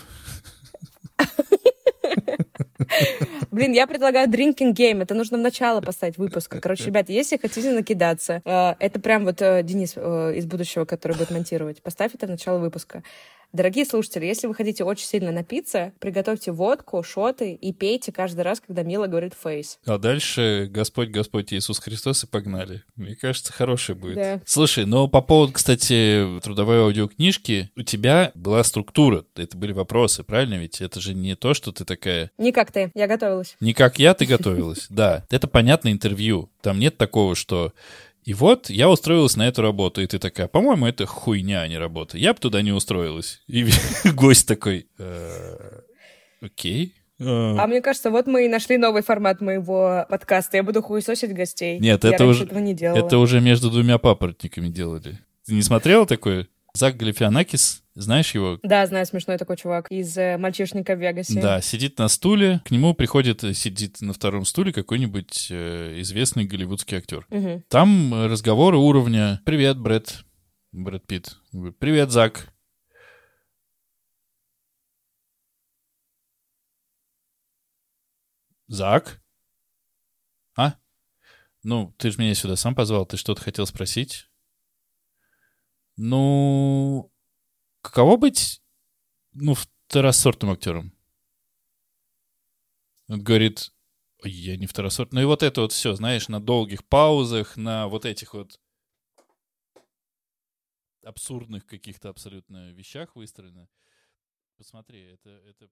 Блин, я предлагаю drinking game. Это нужно в начало поставить выпуска. Короче, ребят, если хотите накидаться, э, это прям вот э, Денис э, из будущего, который будет монтировать. Поставь это в начало выпуска. Дорогие слушатели, если вы хотите очень сильно напиться, приготовьте водку, шоты и пейте каждый раз, когда Мила говорит фейс. А дальше Господь, Господь Иисус Христос и погнали. Мне кажется, хороший будет. Да. Слушай, но по поводу, кстати, трудовой аудиокнижки, у тебя была структура, это были вопросы, правильно ведь? Это же не то, что ты такая... Не как ты, я готовилась. Не как я, ты готовилась, да. Это понятное интервью. Там нет такого, что... И вот я устроилась на эту работу, и ты такая, по-моему, это хуйня, а не работа. Я бы туда не устроилась. И гость такой, окей. А мне кажется, вот мы и нашли новый формат моего подкаста. Я буду хуесосить гостей. Нет, я это уже, этого не делала. это уже между двумя папоротниками делали. Ты не смотрела такое? Зак Галифианакис, знаешь его? Да, знаю, смешной такой чувак из э, «Мальчишника в Вегасе». Да, сидит на стуле, к нему приходит, сидит на втором стуле какой-нибудь э, известный голливудский актер. Угу. Там разговоры уровня «Привет, Брэд». Брэд Питт. «Привет, Зак». Зак? А? Ну, ты же меня сюда сам позвал, ты что-то хотел спросить? Ну, каково быть, ну, второсортным актером? Он говорит, ой, я не второсорт. Ну и вот это вот все, знаешь, на долгих паузах, на вот этих вот абсурдных каких-то абсолютно вещах выстроено. Посмотри, это... это...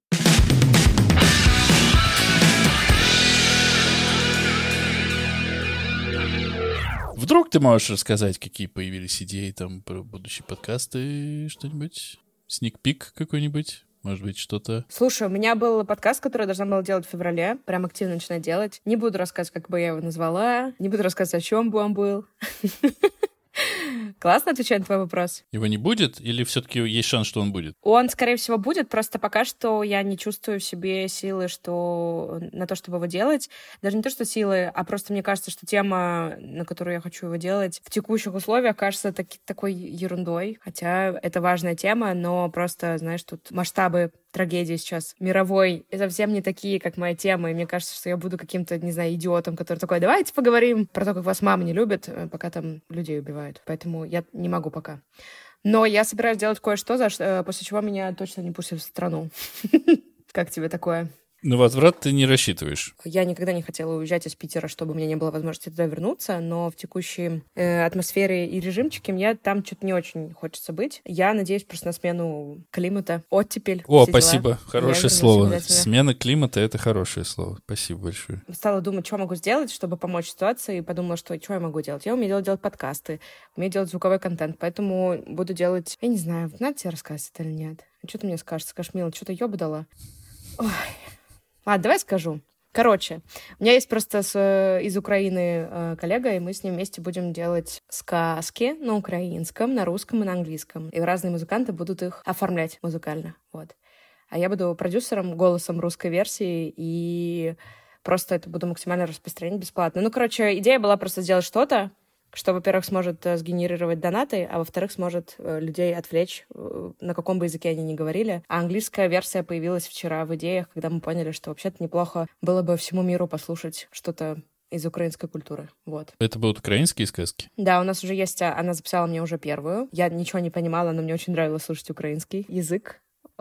Вдруг ты можешь рассказать, какие появились идеи там про будущие подкасты, что-нибудь? Сник-пик какой-нибудь? Может быть, что-то... Слушай, у меня был подкаст, который я должна была делать в феврале. Прям активно начинать делать. Не буду рассказывать, как бы я его назвала. Не буду рассказывать, о чем бы он был. Классно отвечаю на твой вопрос. Его не будет или все-таки есть шанс, что он будет? Он, скорее всего, будет, просто пока что я не чувствую в себе силы что... на то, чтобы его делать. Даже не то, что силы, а просто мне кажется, что тема, на которую я хочу его делать, в текущих условиях кажется таки... такой ерундой. Хотя это важная тема, но просто, знаешь, тут масштабы трагедии сейчас мировой и совсем не такие, как моя тема. И мне кажется, что я буду каким-то, не знаю, идиотом, который такой: давайте поговорим про то, как вас мама не любит, пока там людей убивают. Поэтому я не могу пока. Но я собираюсь делать кое-что, за что, после чего меня точно не пустят в страну. Как тебе такое? На возврат ты не рассчитываешь? Я никогда не хотела уезжать из Питера, чтобы у меня не было возможности туда вернуться, но в текущей э, атмосфере и режимчике мне там что-то не очень хочется быть. Я надеюсь просто на смену климата, оттепель. О, спасибо, хорошее слово. Смена климата — это хорошее слово. Спасибо большое. Стала думать, что могу сделать, чтобы помочь ситуации, и подумала, что что я могу делать. Я умею делать, делать подкасты, умею делать звуковой контент, поэтому буду делать... Я не знаю, надо тебе рассказать это или нет? Что ты мне скажешь? Скажешь: Мила, что-то ёба дала? Ой... Ладно, давай скажу. Короче, у меня есть просто с, из Украины э, коллега, и мы с ним вместе будем делать сказки на украинском, на русском и на английском. И разные музыканты будут их оформлять музыкально. Вот. А я буду продюсером, голосом русской версии, и просто это буду максимально распространять бесплатно. Ну, короче, идея была просто сделать что-то, что, во-первых, сможет э, сгенерировать донаты, а во-вторых, сможет э, людей отвлечь, э, на каком бы языке они ни говорили. А английская версия появилась вчера в идеях, когда мы поняли, что вообще-то неплохо было бы всему миру послушать что-то из украинской культуры. Вот. Это будут украинские сказки? Да, у нас уже есть... Она записала мне уже первую. Я ничего не понимала, но мне очень нравилось слушать украинский язык.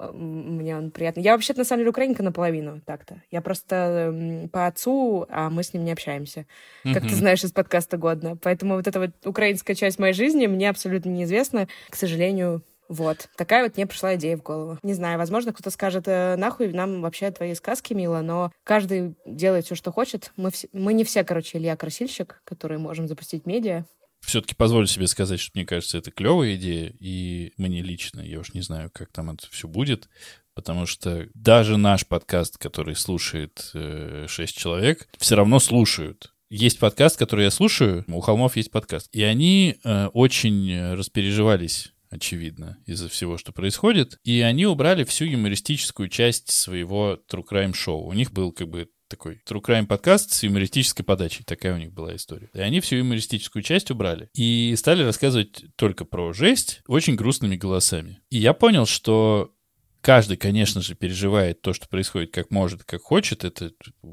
Мне он приятный. Я вообще-то, на самом деле, украинка наполовину, так-то. Я просто м, по отцу, а мы с ним не общаемся. Mm-hmm. Как ты знаешь из подкаста «Годно». Поэтому вот эта вот украинская часть моей жизни мне абсолютно неизвестна. К сожалению, вот. Такая вот мне пришла идея в голову. Не знаю, возможно, кто-то скажет: нахуй нам вообще твои сказки, Мила, но каждый делает все, что хочет. Мы, вс... мы не все, короче, Илья Красильщик, которые можем запустить медиа. Все-таки позволю себе сказать, что мне кажется, это клевая идея, и мне лично, я уж не знаю, как там это все будет, потому что даже наш подкаст, который слушает э, шесть человек, все равно слушают. Есть подкаст, который я слушаю, у Холмов есть подкаст, и они э, очень распереживались, очевидно, из-за всего, что происходит, и они убрали всю юмористическую часть своего True Crime шоу. У них был как бы такой True Crime подкаст с юмористической подачей. Такая у них была история. И они всю юмористическую часть убрали. И стали рассказывать только про жесть очень грустными голосами. И я понял, что каждый, конечно же, переживает то, что происходит, как может, как хочет. Это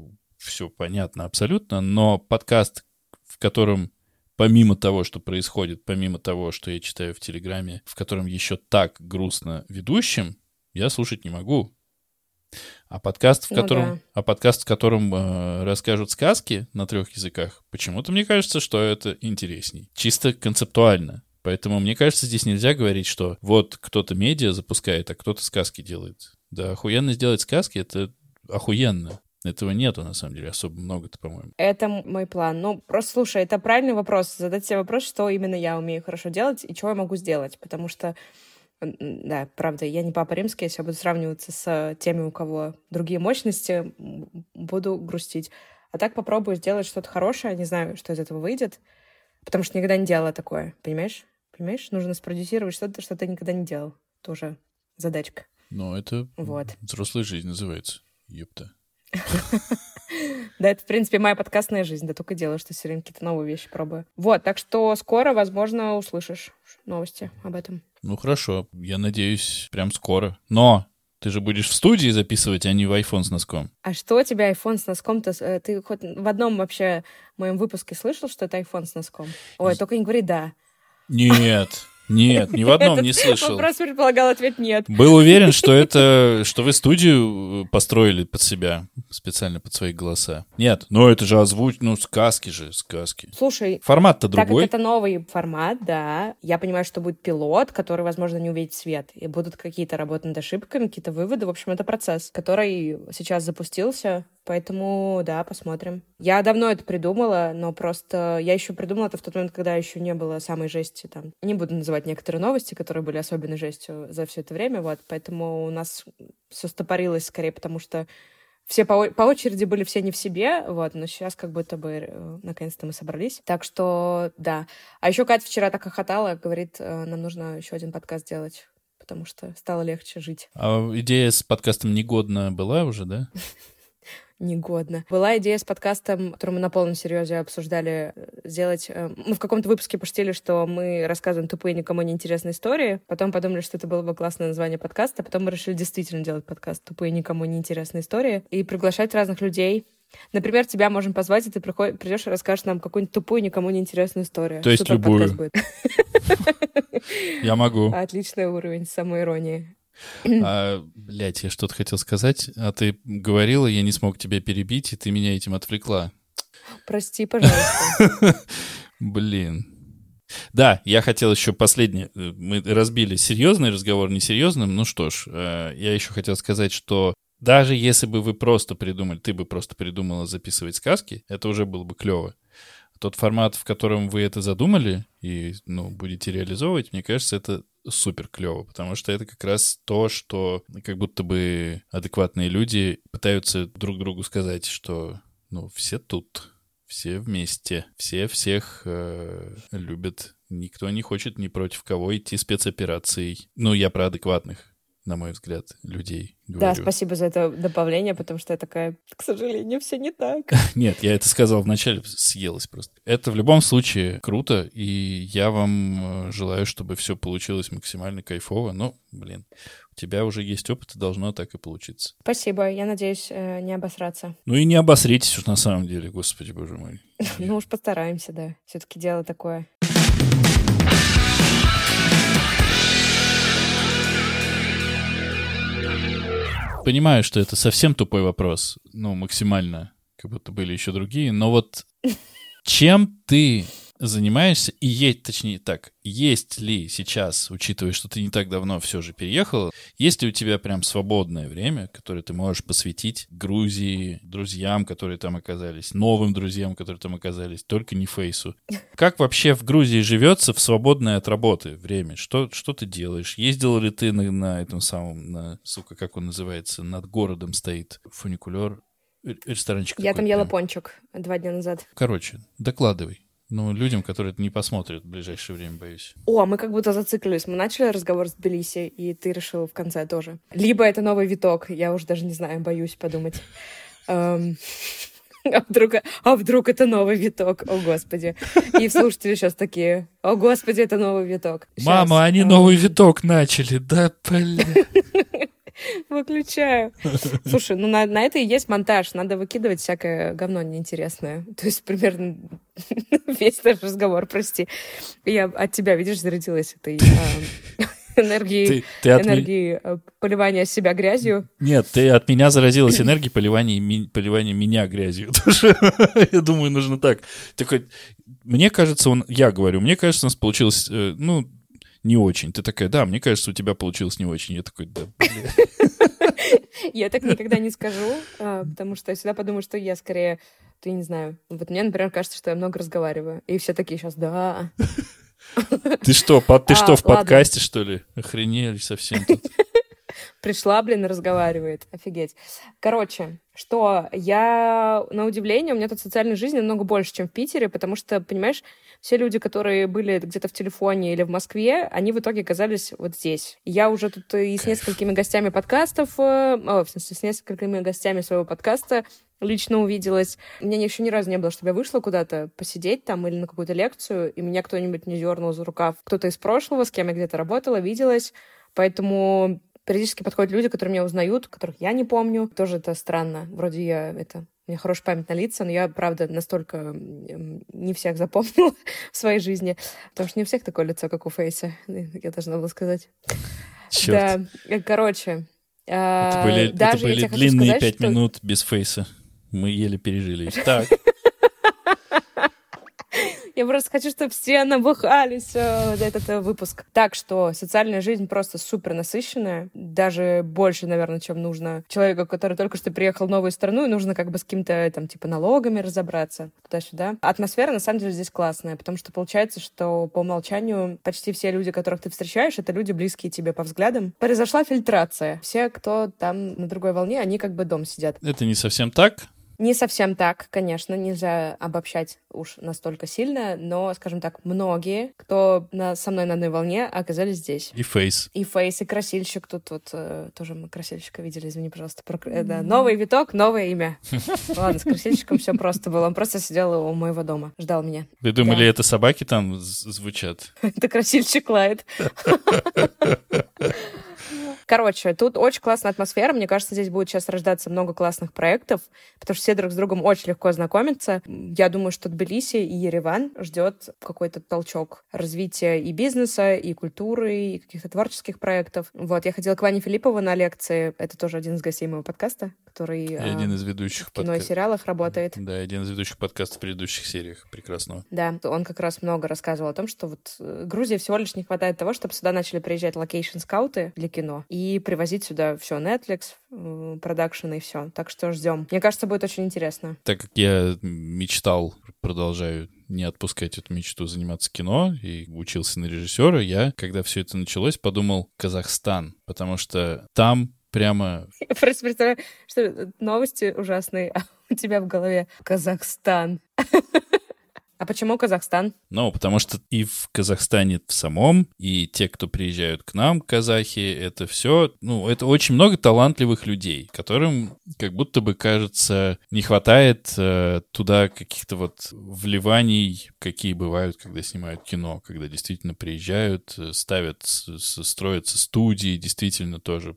все понятно абсолютно. Но подкаст, в котором помимо того, что происходит, помимо того, что я читаю в Телеграме, в котором еще так грустно ведущим, я слушать не могу. А подкаст, в котором, ну, да. а подкаст, в котором э, расскажут сказки на трех языках, почему-то мне кажется, что это интересней. Чисто концептуально. Поэтому мне кажется, здесь нельзя говорить, что вот кто-то медиа запускает, а кто-то сказки делает. Да, охуенно сделать сказки — это охуенно. Этого нету, на самом деле, особо много-то, по-моему. Это мой план. Ну, просто слушай, это правильный вопрос. Задать себе вопрос, что именно я умею хорошо делать и что я могу сделать. Потому что да, правда, я не папа римский, если я буду сравниваться с теми, у кого другие мощности, буду грустить. А так попробую сделать что-то хорошее, не знаю, что из этого выйдет, потому что никогда не делала такое, понимаешь? Понимаешь? Нужно спродюсировать что-то, что ты никогда не делал. Тоже задачка. Ну, это вот. Взрослая жизнь называется. Ёпта. Да, это, в принципе, моя подкастная жизнь. Да только делаю, что все время какие-то новые вещи пробую. Вот, так что скоро, возможно, услышишь новости об этом. Ну, хорошо. Я надеюсь, прям скоро. Но ты же будешь в студии записывать, а не в iPhone с носком. А что у тебя iPhone с носком-то? Ты хоть в одном вообще моем выпуске слышал, что это iPhone с носком? Ой, только не говори «да». Нет. Нет, ни в одном не слышал. Вопрос предполагал, ответ нет. Был уверен, что это, что вы студию построили под себя, специально под свои голоса. Нет, ну это же озвуч, ну сказки же, сказки. Слушай, формат-то так другой. как это новый формат, да, я понимаю, что будет пилот, который, возможно, не увидит свет, и будут какие-то работы над ошибками, какие-то выводы. В общем, это процесс, который сейчас запустился, поэтому, да, посмотрим. Я давно это придумала, но просто я еще придумала это в тот момент, когда еще не было самой жести там. Не буду называть некоторые новости, которые были особенной жестью за все это время, вот, поэтому у нас все стопорилось скорее, потому что все по, по очереди были все не в себе, вот, но сейчас как будто бы э, наконец-то мы собрались. Так что, да. А еще Катя вчера так хохотала, говорит, э, нам нужно еще один подкаст делать, потому что стало легче жить. А идея с подкастом негодна была уже, да? Негодно. Была идея с подкастом, который мы на полном серьезе обсуждали, сделать... Мы в каком-то выпуске пошутили, что мы рассказываем тупые, никому не интересные истории. Потом подумали, что это было бы классное название подкаста. Потом мы решили действительно делать подкаст «Тупые, никому не интересные истории» и приглашать разных людей. Например, тебя можем позвать, и ты приход... придешь и расскажешь нам какую-нибудь тупую, никому не интересную историю. То есть любую. Я могу. Отличный уровень самоиронии. А, блядь, я что-то хотел сказать, а ты говорила, я не смог тебя перебить, и ты меня этим отвлекла. Прости, пожалуйста. Блин. Да, я хотел еще последнее. Мы разбили серьезный разговор несерьезным. Ну что ж, я еще хотел сказать, что даже если бы вы просто придумали, ты бы просто придумала записывать сказки, это уже было бы клево. Тот формат, в котором вы это задумали и, ну, будете реализовывать, мне кажется, это супер клево, потому что это как раз то, что как будто бы адекватные люди пытаются друг другу сказать, что, ну, все тут, все вместе, все всех э, любят, никто не хочет ни против кого идти спецоперацией. Ну, я про адекватных, на мой взгляд, людей говорю. Да, спасибо за это добавление, потому что я такая, к сожалению, все не так. Нет, я это сказал вначале, съелась просто. Это в любом случае круто, и я вам желаю, чтобы все получилось максимально кайфово. Но, блин, у тебя уже есть опыт, и должно так и получиться. Спасибо, я надеюсь не обосраться. Ну и не обосритесь уж на самом деле, господи боже мой. Ну уж постараемся, да. Все-таки дело такое. Понимаю, что это совсем тупой вопрос, ну, максимально, как будто были еще другие, но вот чем ты занимаешься, и есть, точнее так, есть ли сейчас, учитывая, что ты не так давно все же переехала, есть ли у тебя прям свободное время, которое ты можешь посвятить Грузии, друзьям, которые там оказались, новым друзьям, которые там оказались, только не Фейсу? Как вообще в Грузии живется в свободное от работы время? Что, что ты делаешь? Ездила ли ты на, на этом самом, на, сука, как он называется, над городом стоит фуникулер, ресторанчик? Я там ела прям. пончик два дня назад. Короче, докладывай. Ну, людям, которые это не посмотрят в ближайшее время, боюсь. О, мы как будто зациклились. Мы начали разговор с Тбилиси, и ты решил в конце тоже. Либо это новый виток, я уже даже не знаю, боюсь подумать. Эм... А вдруг, а вдруг это новый виток? О, Господи. И слушатели сейчас такие, о, Господи, это новый виток. Сейчас, Мама, они эм... новый виток начали, да, бля. Выключаю. Слушай, ну на, на это и есть монтаж. Надо выкидывать всякое говно неинтересное. То есть примерно весь наш разговор, прости. Я от тебя, видишь, зарядилась этой э, энергией, ты, ты от энергией ми... поливания себя грязью. Нет, ты от меня заразилась энергией поливания, ми... поливания меня грязью. Я думаю, нужно так. Такой, мне кажется, он, я говорю, мне кажется, у нас получилось, э, ну, не очень. Ты такая, да, мне кажется, у тебя получилось не очень. Я такой, да, бля. Я так никогда не скажу, потому что я всегда подумаю, что я скорее, ты не знаю. Вот мне, например, кажется, что я много разговариваю. И все такие сейчас, да. Ты что, ты что, а, в подкасте, ладно. Что ли? Охренели совсем тут. Пришла, блин, разговаривает. Офигеть. Короче, что я, на удивление, у меня тут социальной жизни намного больше, чем в Питере, потому что, понимаешь, все люди, которые были где-то в телефоне или в Москве, они в итоге оказались вот здесь. Я уже тут и с несколькими гостями подкастов, о, в смысле, с несколькими гостями своего подкаста лично увиделась. У меня еще ни разу не было, чтобы я вышла куда-то посидеть там или на какую-то лекцию, и меня кто-нибудь не дернул за рукав. Кто-то из прошлого, с кем я где-то работала, виделась. Поэтому периодически подходят люди, которые меня узнают, которых я не помню. Тоже это странно. Вроде я это... У меня хорошая память на лица, но я, правда, настолько не всех запомнила в своей жизни. Потому что не у всех такое лицо, как у Фейса, я должна была сказать. Черт. Да, короче. Это были, это были длинные пять что... минут без Фейса. Мы еле пережили их. Так. Я просто хочу, чтобы все набухались за этот выпуск. Так что социальная жизнь просто супер насыщенная. Даже больше, наверное, чем нужно человеку, который только что приехал в новую страну, и нужно как бы с какими-то там типа налогами разобраться туда-сюда. Атмосфера, на самом деле, здесь классная, потому что получается, что по умолчанию почти все люди, которых ты встречаешь, это люди, близкие тебе по взглядам. Произошла фильтрация. Все, кто там на другой волне, они как бы дома сидят. Это не совсем так. Не совсем так, конечно, нельзя обобщать уж настолько сильно, но, скажем так, многие, кто на, со мной на одной волне, оказались здесь. И Фейс. И Фейс, и Красильщик. Тут вот э, тоже мы Красильщика видели, извини, пожалуйста. Про, э, да, новый виток, новое имя. Ладно, с Красильщиком все просто было. Он просто сидел у моего дома, ждал меня. Вы думали, это собаки там звучат? Это Красильщик лает. Короче, тут очень классная атмосфера. Мне кажется, здесь будет сейчас рождаться много классных проектов, потому что все друг с другом очень легко знакомятся. Я думаю, что Тбилиси и Ереван ждет какой-то толчок развития и бизнеса, и культуры, и каких-то творческих проектов. Вот, я ходила к Ване Филиппову на лекции. Это тоже один из гостей моего подкаста, который и один из ведущих в кино подка... и сериалах работает. Да, один из ведущих подкастов в предыдущих сериях. Прекрасного. Да, он как раз много рассказывал о том, что вот Грузии всего лишь не хватает того, чтобы сюда начали приезжать локейшн-скауты для кино и привозить сюда все Netflix, продакшн и все. Так что ждем. Мне кажется, будет очень интересно. Так как я мечтал, продолжаю не отпускать эту мечту заниматься кино и учился на режиссера, я, когда все это началось, подумал Казахстан, потому что там прямо... Я просто представляю, что новости ужасные, а у тебя в голове Казахстан. А почему Казахстан? Ну, потому что и в Казахстане в самом, и те, кто приезжают к нам, казахи, это все, ну, это очень много талантливых людей, которым как будто бы, кажется, не хватает э, туда каких-то вот вливаний, какие бывают, когда снимают кино, когда действительно приезжают, ставят, с, строятся студии, действительно тоже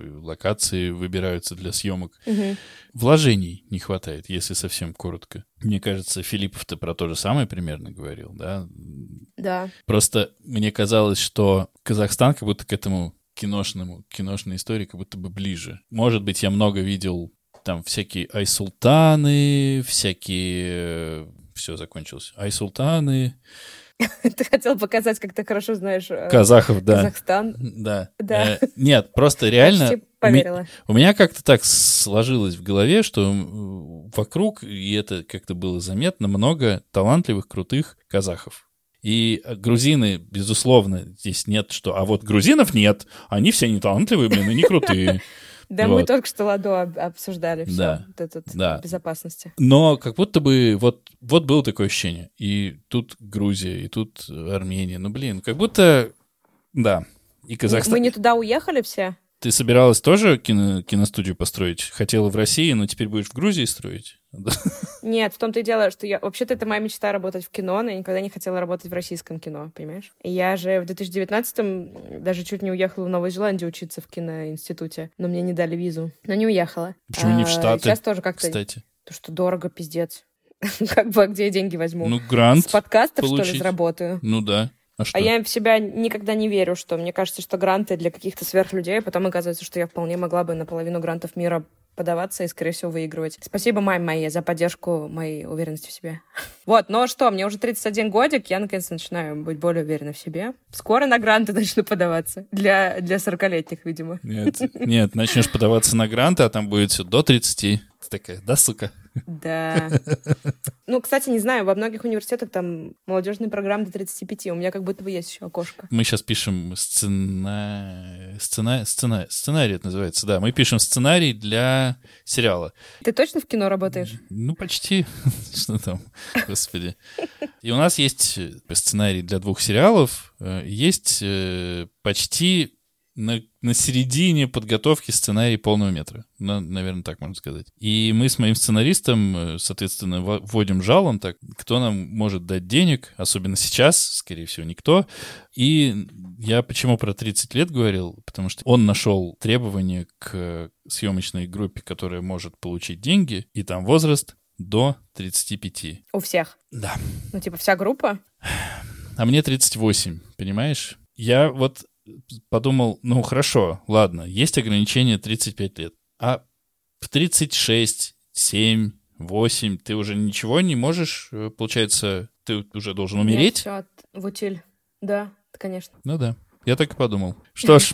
локации выбираются для съемок. Угу. Вложений не хватает, если совсем коротко. Мне кажется, Филиппов-то про то же самое примерно говорил, да? Да. Просто мне казалось, что Казахстан как будто к этому киношному, киношной истории как будто бы ближе. Может быть, я много видел там всякие айсултаны, всякие... Все, закончилось. Айсултаны... Ты хотел показать, как ты хорошо знаешь казахов, да. Казахстан. Да. Да. Э, нет, просто реально... Почти поверила. У меня как-то так сложилось в голове, что вокруг, и это как-то было заметно, много талантливых, крутых казахов. И грузины, безусловно, здесь нет, что... А вот грузинов нет, они все не талантливые, блин, и не крутые. Да, вот. Мы только что Ладо обсуждали все, да. вот это да. безопасности. Но как будто бы вот, вот было такое ощущение. И тут Грузия, и тут Армения. Ну, блин, как будто... Да. И Казахстан... Мы не туда уехали все? Ты собиралась тоже кино, киностудию построить? Хотела в России, но теперь будешь в Грузии строить? Нет, в том-то и дело, что я... Вообще-то это моя мечта работать в кино, но я никогда не хотела работать в российском кино, понимаешь? И я же в две тысячи девятнадцатом даже чуть не уехала в Новую Зеландию учиться в киноинституте, но мне не дали визу. Но не уехала. Почему не в Штаты? Сейчас тоже как-то... Кстати. То, что дорого, пиздец. Как бы, где я деньги возьму? Ну, грант С подкастов, получить. что ли, заработаю? Ну да. А, а я в себя никогда не верю, что мне кажется, что гранты для каких-то сверхлюдей, а потом оказывается, что я вполне могла бы на половину грантов мира подаваться и, скорее всего, выигрывать. Спасибо, маме моей, за поддержку моей уверенности в себе. Вот, ну что, мне уже тридцать один годик, я, наконец, начинаю быть более уверена в себе. Скоро на гранты начну подаваться. Для, для сорокалетних, видимо. Нет, нет, начнешь подаваться на гранты, а там будет все до тридцати. Ты такая, да, сука? Да. Ну, кстати, не знаю, во многих университетах там молодежные программы до тридцати пяти. У меня как будто бы есть еще окошко. Мы сейчас пишем сцена... Сцена... Сцена... сценарий, это называется, да. Мы пишем сценарий для сериала. Ты точно в кино работаешь? Ну, почти. Что там, господи. И у нас есть сценарий для двух сериалов. Есть почти... на, на середине подготовки сценария полного метра. Ну, наверное, так можно сказать. И мы с моим сценаристом, соответственно, вводим жалом, так, кто нам может дать денег, особенно сейчас, скорее всего, никто. И я почему про тридцать лет говорил? Потому что он нашел требования к съемочной группе, которая может получить деньги, и там возраст до тридцати пяти. У всех? Да. Ну, типа вся группа? А мне тридцать восемь, понимаешь? Я вот подумал, ну, хорошо, ладно, есть ограничение тридцать пять лет. А в тридцать шесть, семь, восемь ты уже ничего не можешь, получается, ты уже должен умереть? Нет, все, в утиль. Да, конечно. Ну да, я так и подумал. Что ж...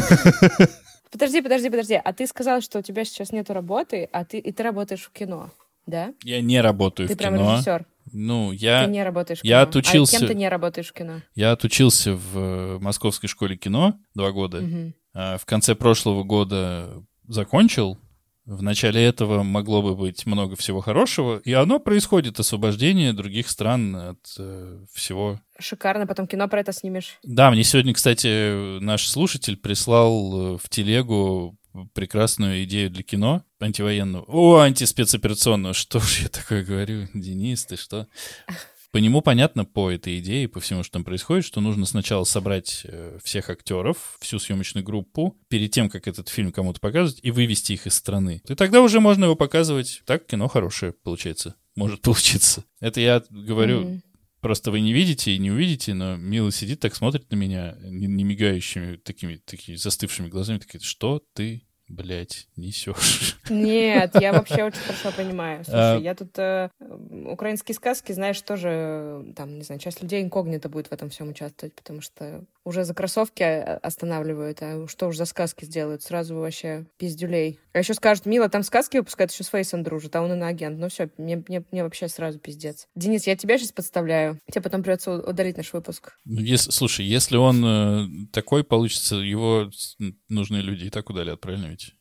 Подожди, подожди, подожди. А ты сказал, что у тебя сейчас нету работы, а ты и ты работаешь в кино, да? Я не работаю ты в кино. Ты прям режиссер. Ну, я... Ты не работаешь в кино. Я отучился... А кем ты не работаешь в кино? Я отучился в Московской школе кино два года. Угу. А в конце прошлого года закончил. В начале этого могло бы быть много всего хорошего. И оно происходит, освобождение других стран от э, всего. Шикарно, потом кино про это снимешь. Да, мне сегодня, кстати, наш слушатель прислал в телегу прекрасную идею для кино антивоенного. О, антиспецоперационного. Что ж я такое говорю? Денис, ты что? По нему понятно, по этой идее, по всему, что там происходит, что нужно сначала собрать всех актеров, всю съемочную группу, перед тем, как этот фильм кому-то показывать, и вывести их из страны. И тогда уже можно его показывать. Так кино хорошее получается. Может получиться. Это я говорю... Mm-hmm. Просто вы не видите и не увидите, но Мила сидит, так смотрит на меня, не, не мигающими, такими, такими застывшими глазами, такие, что ты, блядь, несешь? Нет, я вообще очень хорошо понимаю. Слушай, а... я тут э, украинские сказки, знаешь, тоже, там, не знаю, часть людей инкогнито будет в этом всем участвовать, потому что уже за кроссовки останавливают, а что уж за сказки сделают, сразу вообще пиздюлей. А еще скажут, Мила, там сказки выпускают, еще с Фейсом дружит, а он иноагент. Ну все, мне, мне, мне вообще сразу пиздец. Денис, я тебя сейчас подставляю. Тебе потом придется удалить наш выпуск. Ну, если, слушай, если он э, такой получится, его нужные люди и так удалят, правильно ведь?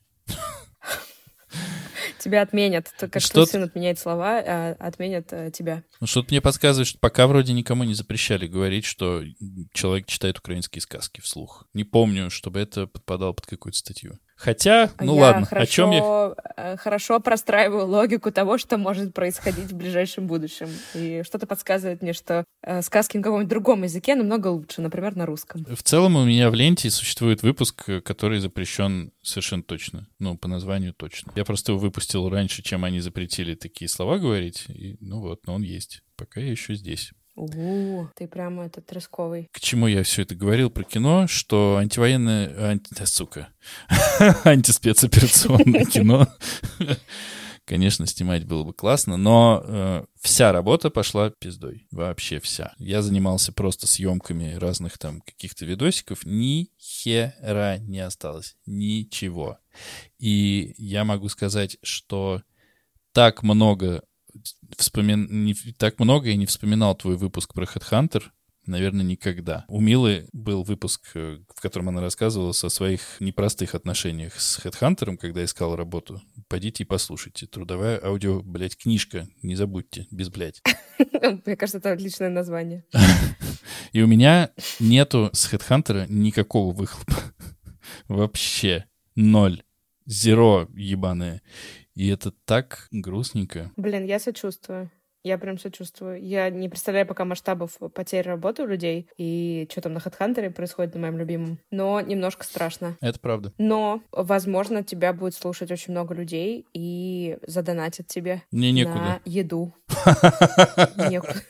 Тебя отменят. Как твой сын отменяет слова, а отменят а, тебя. Ну, что-то мне подсказывает, что пока вроде никому не запрещали говорить, что человек читает украинские сказки вслух. Не помню, чтобы это подпадало под какую-то статью. Хотя, ну я ладно, хорошо, о чем я... хорошо простраиваю логику того, что может происходить в ближайшем будущем. И что-то подсказывает мне, что э, сказки на каком-нибудь другом языке намного лучше, например, на русском. В целом у меня в ленте существует выпуск, который запрещен совершенно точно. Ну, по названию точно. Я просто его выпустил раньше, чем они запретили такие слова говорить. И, ну вот, но он есть. Пока я еще здесь. У, ты прямо этот рисковый. К чему я все это говорил про кино, что антивоенное... Анти... Да, сука. Антиспецоперационное кино. Конечно, снимать было бы классно, но э, вся работа пошла пиздой. Вообще вся. Я занимался просто съемками разных там каких-то видосиков. Ни хера не осталось. Ничего. И я могу сказать, что так много... Вспомин... Не... Так много я не вспоминал твой выпуск про HeadHunter, наверное, никогда. У Милы был выпуск, в котором она рассказывала о своих непростых отношениях с HeadHunter, когда искала работу. Пойдите и послушайте. Трудовая аудио, блядь, книжка. Не забудьте, без блядь. Мне кажется, это отличное название. И у меня нету с HeadHunter никакого выхлопа. Вообще. Ноль. Зеро ебаное. И это так грустненько. Блин, я сочувствую. Я прям сочувствую. Я не представляю пока масштабов потерь работы у людей и что там на HeadHunter происходит на моем любимом. Но немножко страшно. Это правда. Но, возможно, тебя будет слушать очень много людей и задонатят тебе Мне некуда. На еду. Некуда.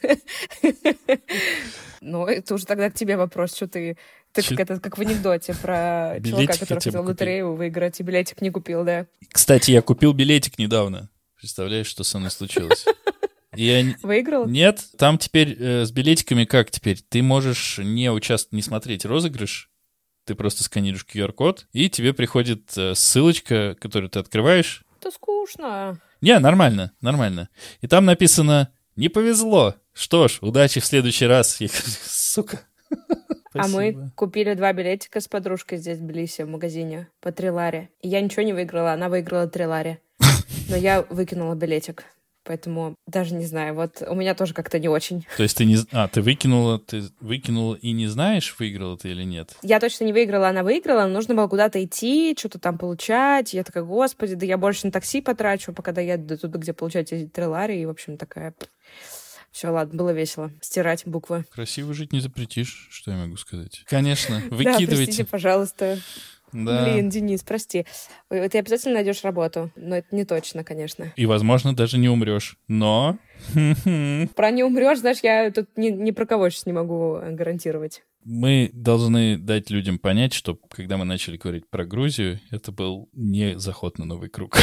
Ну, это уже тогда к тебе вопрос, что ты... Ты как, это, как в анекдоте про чувака, который хотел лотерею выиграть, и билетик не купил, да. Кстати, я купил билетик недавно. Представляешь, что со мной случилось? Я... Выиграл? Нет, там теперь э, с билетиками как теперь? Ты можешь не участвовать, не смотреть розыгрыш, ты просто сканируешь ку ар-код, и тебе приходит э, ссылочка, которую ты открываешь. Это скучно. Не, нормально, нормально. И там написано «Не повезло». Что ж, удачи в следующий раз. Я говорю, сука. А мы купили два билетика с подружкой здесь в Тбилиси в магазине по три лари. И я ничего не выиграла, она выиграла три лари. Но я выкинула билетик. поэтому даже не знаю. Вот у меня тоже как-то не очень. То есть ты не... А, ты выкинула, ты выкинула и не знаешь, выиграла ты или нет? Я точно не выиграла, она выиграла. Нужно было куда-то идти, что-то там получать. Я такая, господи, да я больше на такси потрачу, пока доеду туда, где получать эти трелларии. И, в общем, такая... Все, ладно, было весело. Стирать буквы. Красиво жить не запретишь, что я могу сказать. Конечно, Да, выкидывайте. простите, пожалуйста. Да. Блин, Денис, прости. Ой, ты обязательно найдешь работу, но это не точно, конечно. И, возможно, даже не умрешь. Но... Про не умрешь, знаешь, я тут ни, ни про кого сейчас не могу гарантировать. Мы должны дать людям понять, что когда мы начали говорить про Грузию, это был не заход на новый круг.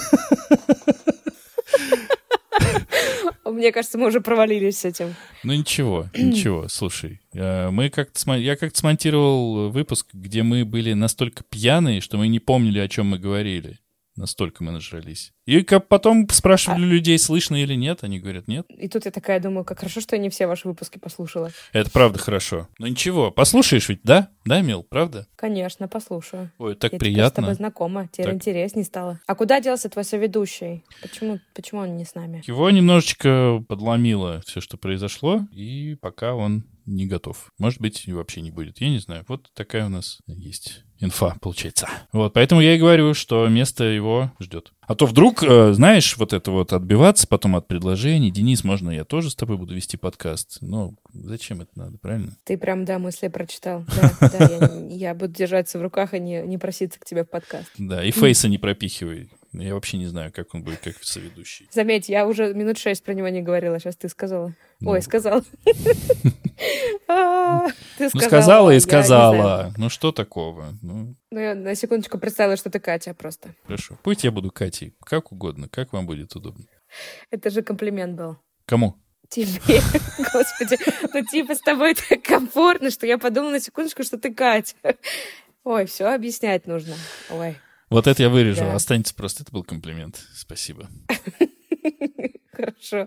Мне кажется, мы уже провалились с этим. Ну ничего, ничего, слушай. Мы как-то, я как-то смонтировал выпуск, где мы были настолько пьяные, что мы не помнили, о чем мы говорили. Настолько мы нажрались. И как потом спрашивали а... людей, слышно или нет, они говорят нет. И тут я такая думаю, как хорошо, что я не все ваши выпуски послушала. Это правда хорошо. Ну ничего, послушаешь ведь, да? Да, Мил, правда? Конечно, послушаю. Ой, так я приятно. Я с тобой знакома, теперь так... интересней стало. А куда делся твой соведущий? Почему, почему он не с нами? Его немножечко подломило все, что произошло, и пока он не готов. Может быть, и вообще не будет. Я не знаю. Вот такая у нас есть инфа, получается. Вот, поэтому я и говорю, что место его ждет. А то вдруг, э, знаешь, вот это вот отбиваться потом от предложений. Денис, можно я тоже с тобой буду вести подкаст? Ну, зачем это надо, правильно? Ты прям, да, мысли прочитал. Да, да, я, я буду держаться в руках и не, не проситься к тебе в подкаст. Да, и Фейса не пропихивай. Я вообще не знаю, как он будет как соведущий. Заметь, я уже минут шесть про него не говорила, сейчас ты сказала. Ну. Ой, сказала. Ну, сказала и сказала. Ну, что такого? Ну, я на секундочку представила, что ты Катя просто. Хорошо. Пусть я буду Катей. Как угодно. Как вам будет удобно. Это же комплимент был. Кому? Тебе. Господи. Ну, типа, с тобой так комфортно, что я подумала на секундочку, что ты Катя. Ой, все объяснять нужно. Ой. Вот это я вырежу. Да. Останется просто. Это был комплимент. Спасибо. Хорошо.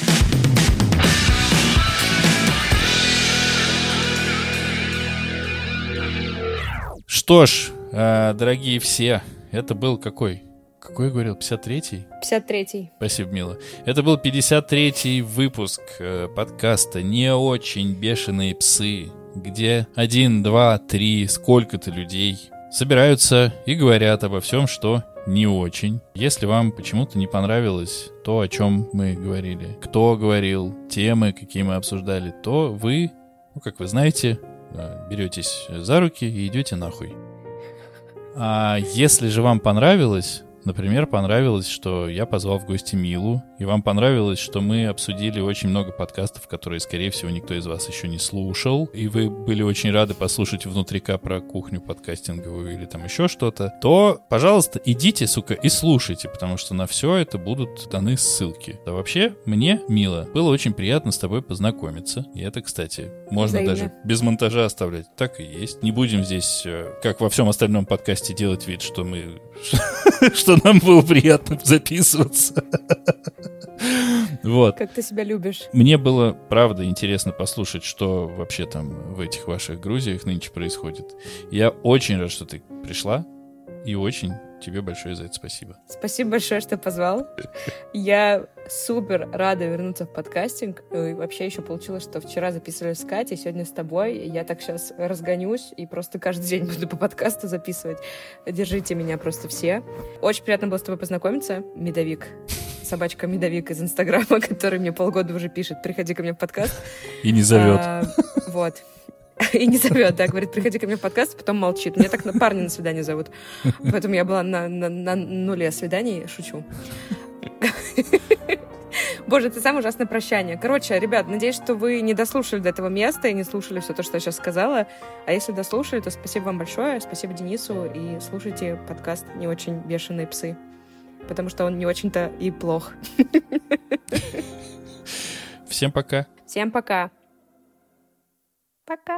Что ж, дорогие все, это был какой? Какой я говорил? пятьдесят третий? пятьдесят третий. Спасибо, Мила. Это был пятьдесят третий выпуск подкаста «Не очень бешеные псы», где один, два, три, сколько-то людей собираются и говорят обо всем, что не очень. Если вам почему-то не понравилось то, о чем мы говорили, кто говорил, темы, какие мы обсуждали, то вы, ну, как вы знаете, беретесь за руки и идете нахуй. А если же вам понравилось, например, понравилось, что я позвал в гости Милу, и вам понравилось, что мы обсудили очень много подкастов, которые, скорее всего, никто из вас еще не слушал, и вы были очень рады послушать внутрика про кухню подкастинговую или там еще что-то, то, пожалуйста, идите, сука, и слушайте, потому что на все это будут даны ссылки. Да вообще, мне, Мила, было очень приятно с тобой познакомиться, и это, кстати, можно Взаимно. Даже без монтажа оставлять. Так и есть. Не будем здесь, как во всем остальном подкасте, делать вид, что мы... что нам было приятно записываться. Вот. Как ты себя любишь. Мне было, правда, интересно послушать, что вообще там в этих ваших Грузиях нынче происходит. Я очень рад, что ты пришла, и очень тебе большое за это спасибо. Спасибо большое, что позвал. Я супер рада вернуться в подкастинг. И вообще еще получилось, что вчера записывали с Катей, сегодня с тобой. Я так сейчас разгонюсь и просто каждый день буду по подкасту записывать. Держите меня просто все. Очень приятно было с тобой познакомиться. Медовик. Собачка Медовик из Инстаграма, который мне полгода уже пишет: приходи ко мне в подкаст. И не зовет. А, вот. И не зовет, да, говорит, приходи ко мне в подкаст, потом молчит. Меня так на парня на свидание зовут. Поэтому я была на, на, на нуле свиданий, шучу. Боже, это самое ужасное прощание. Короче, ребят, надеюсь, что вы не дослушали до этого места и не слушали все то, что я сейчас сказала. А если дослушали, то спасибо вам большое, спасибо Денису, и слушайте подкаст «Не очень бешеные псы», потому что он не очень-то и плох. Всем пока. Всем пока. Пока.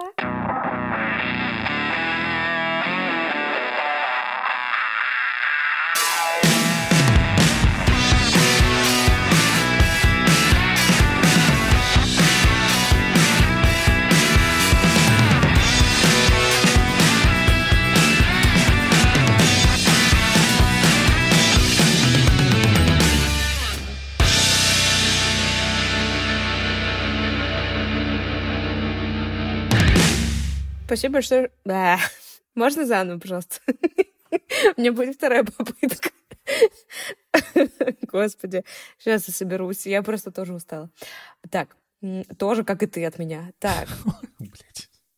спасибо, что... Да. Можно заново, пожалуйста? У меня будет вторая попытка. Господи, сейчас я соберусь. Я просто тоже устала. Так, тоже, как и ты от меня. Так,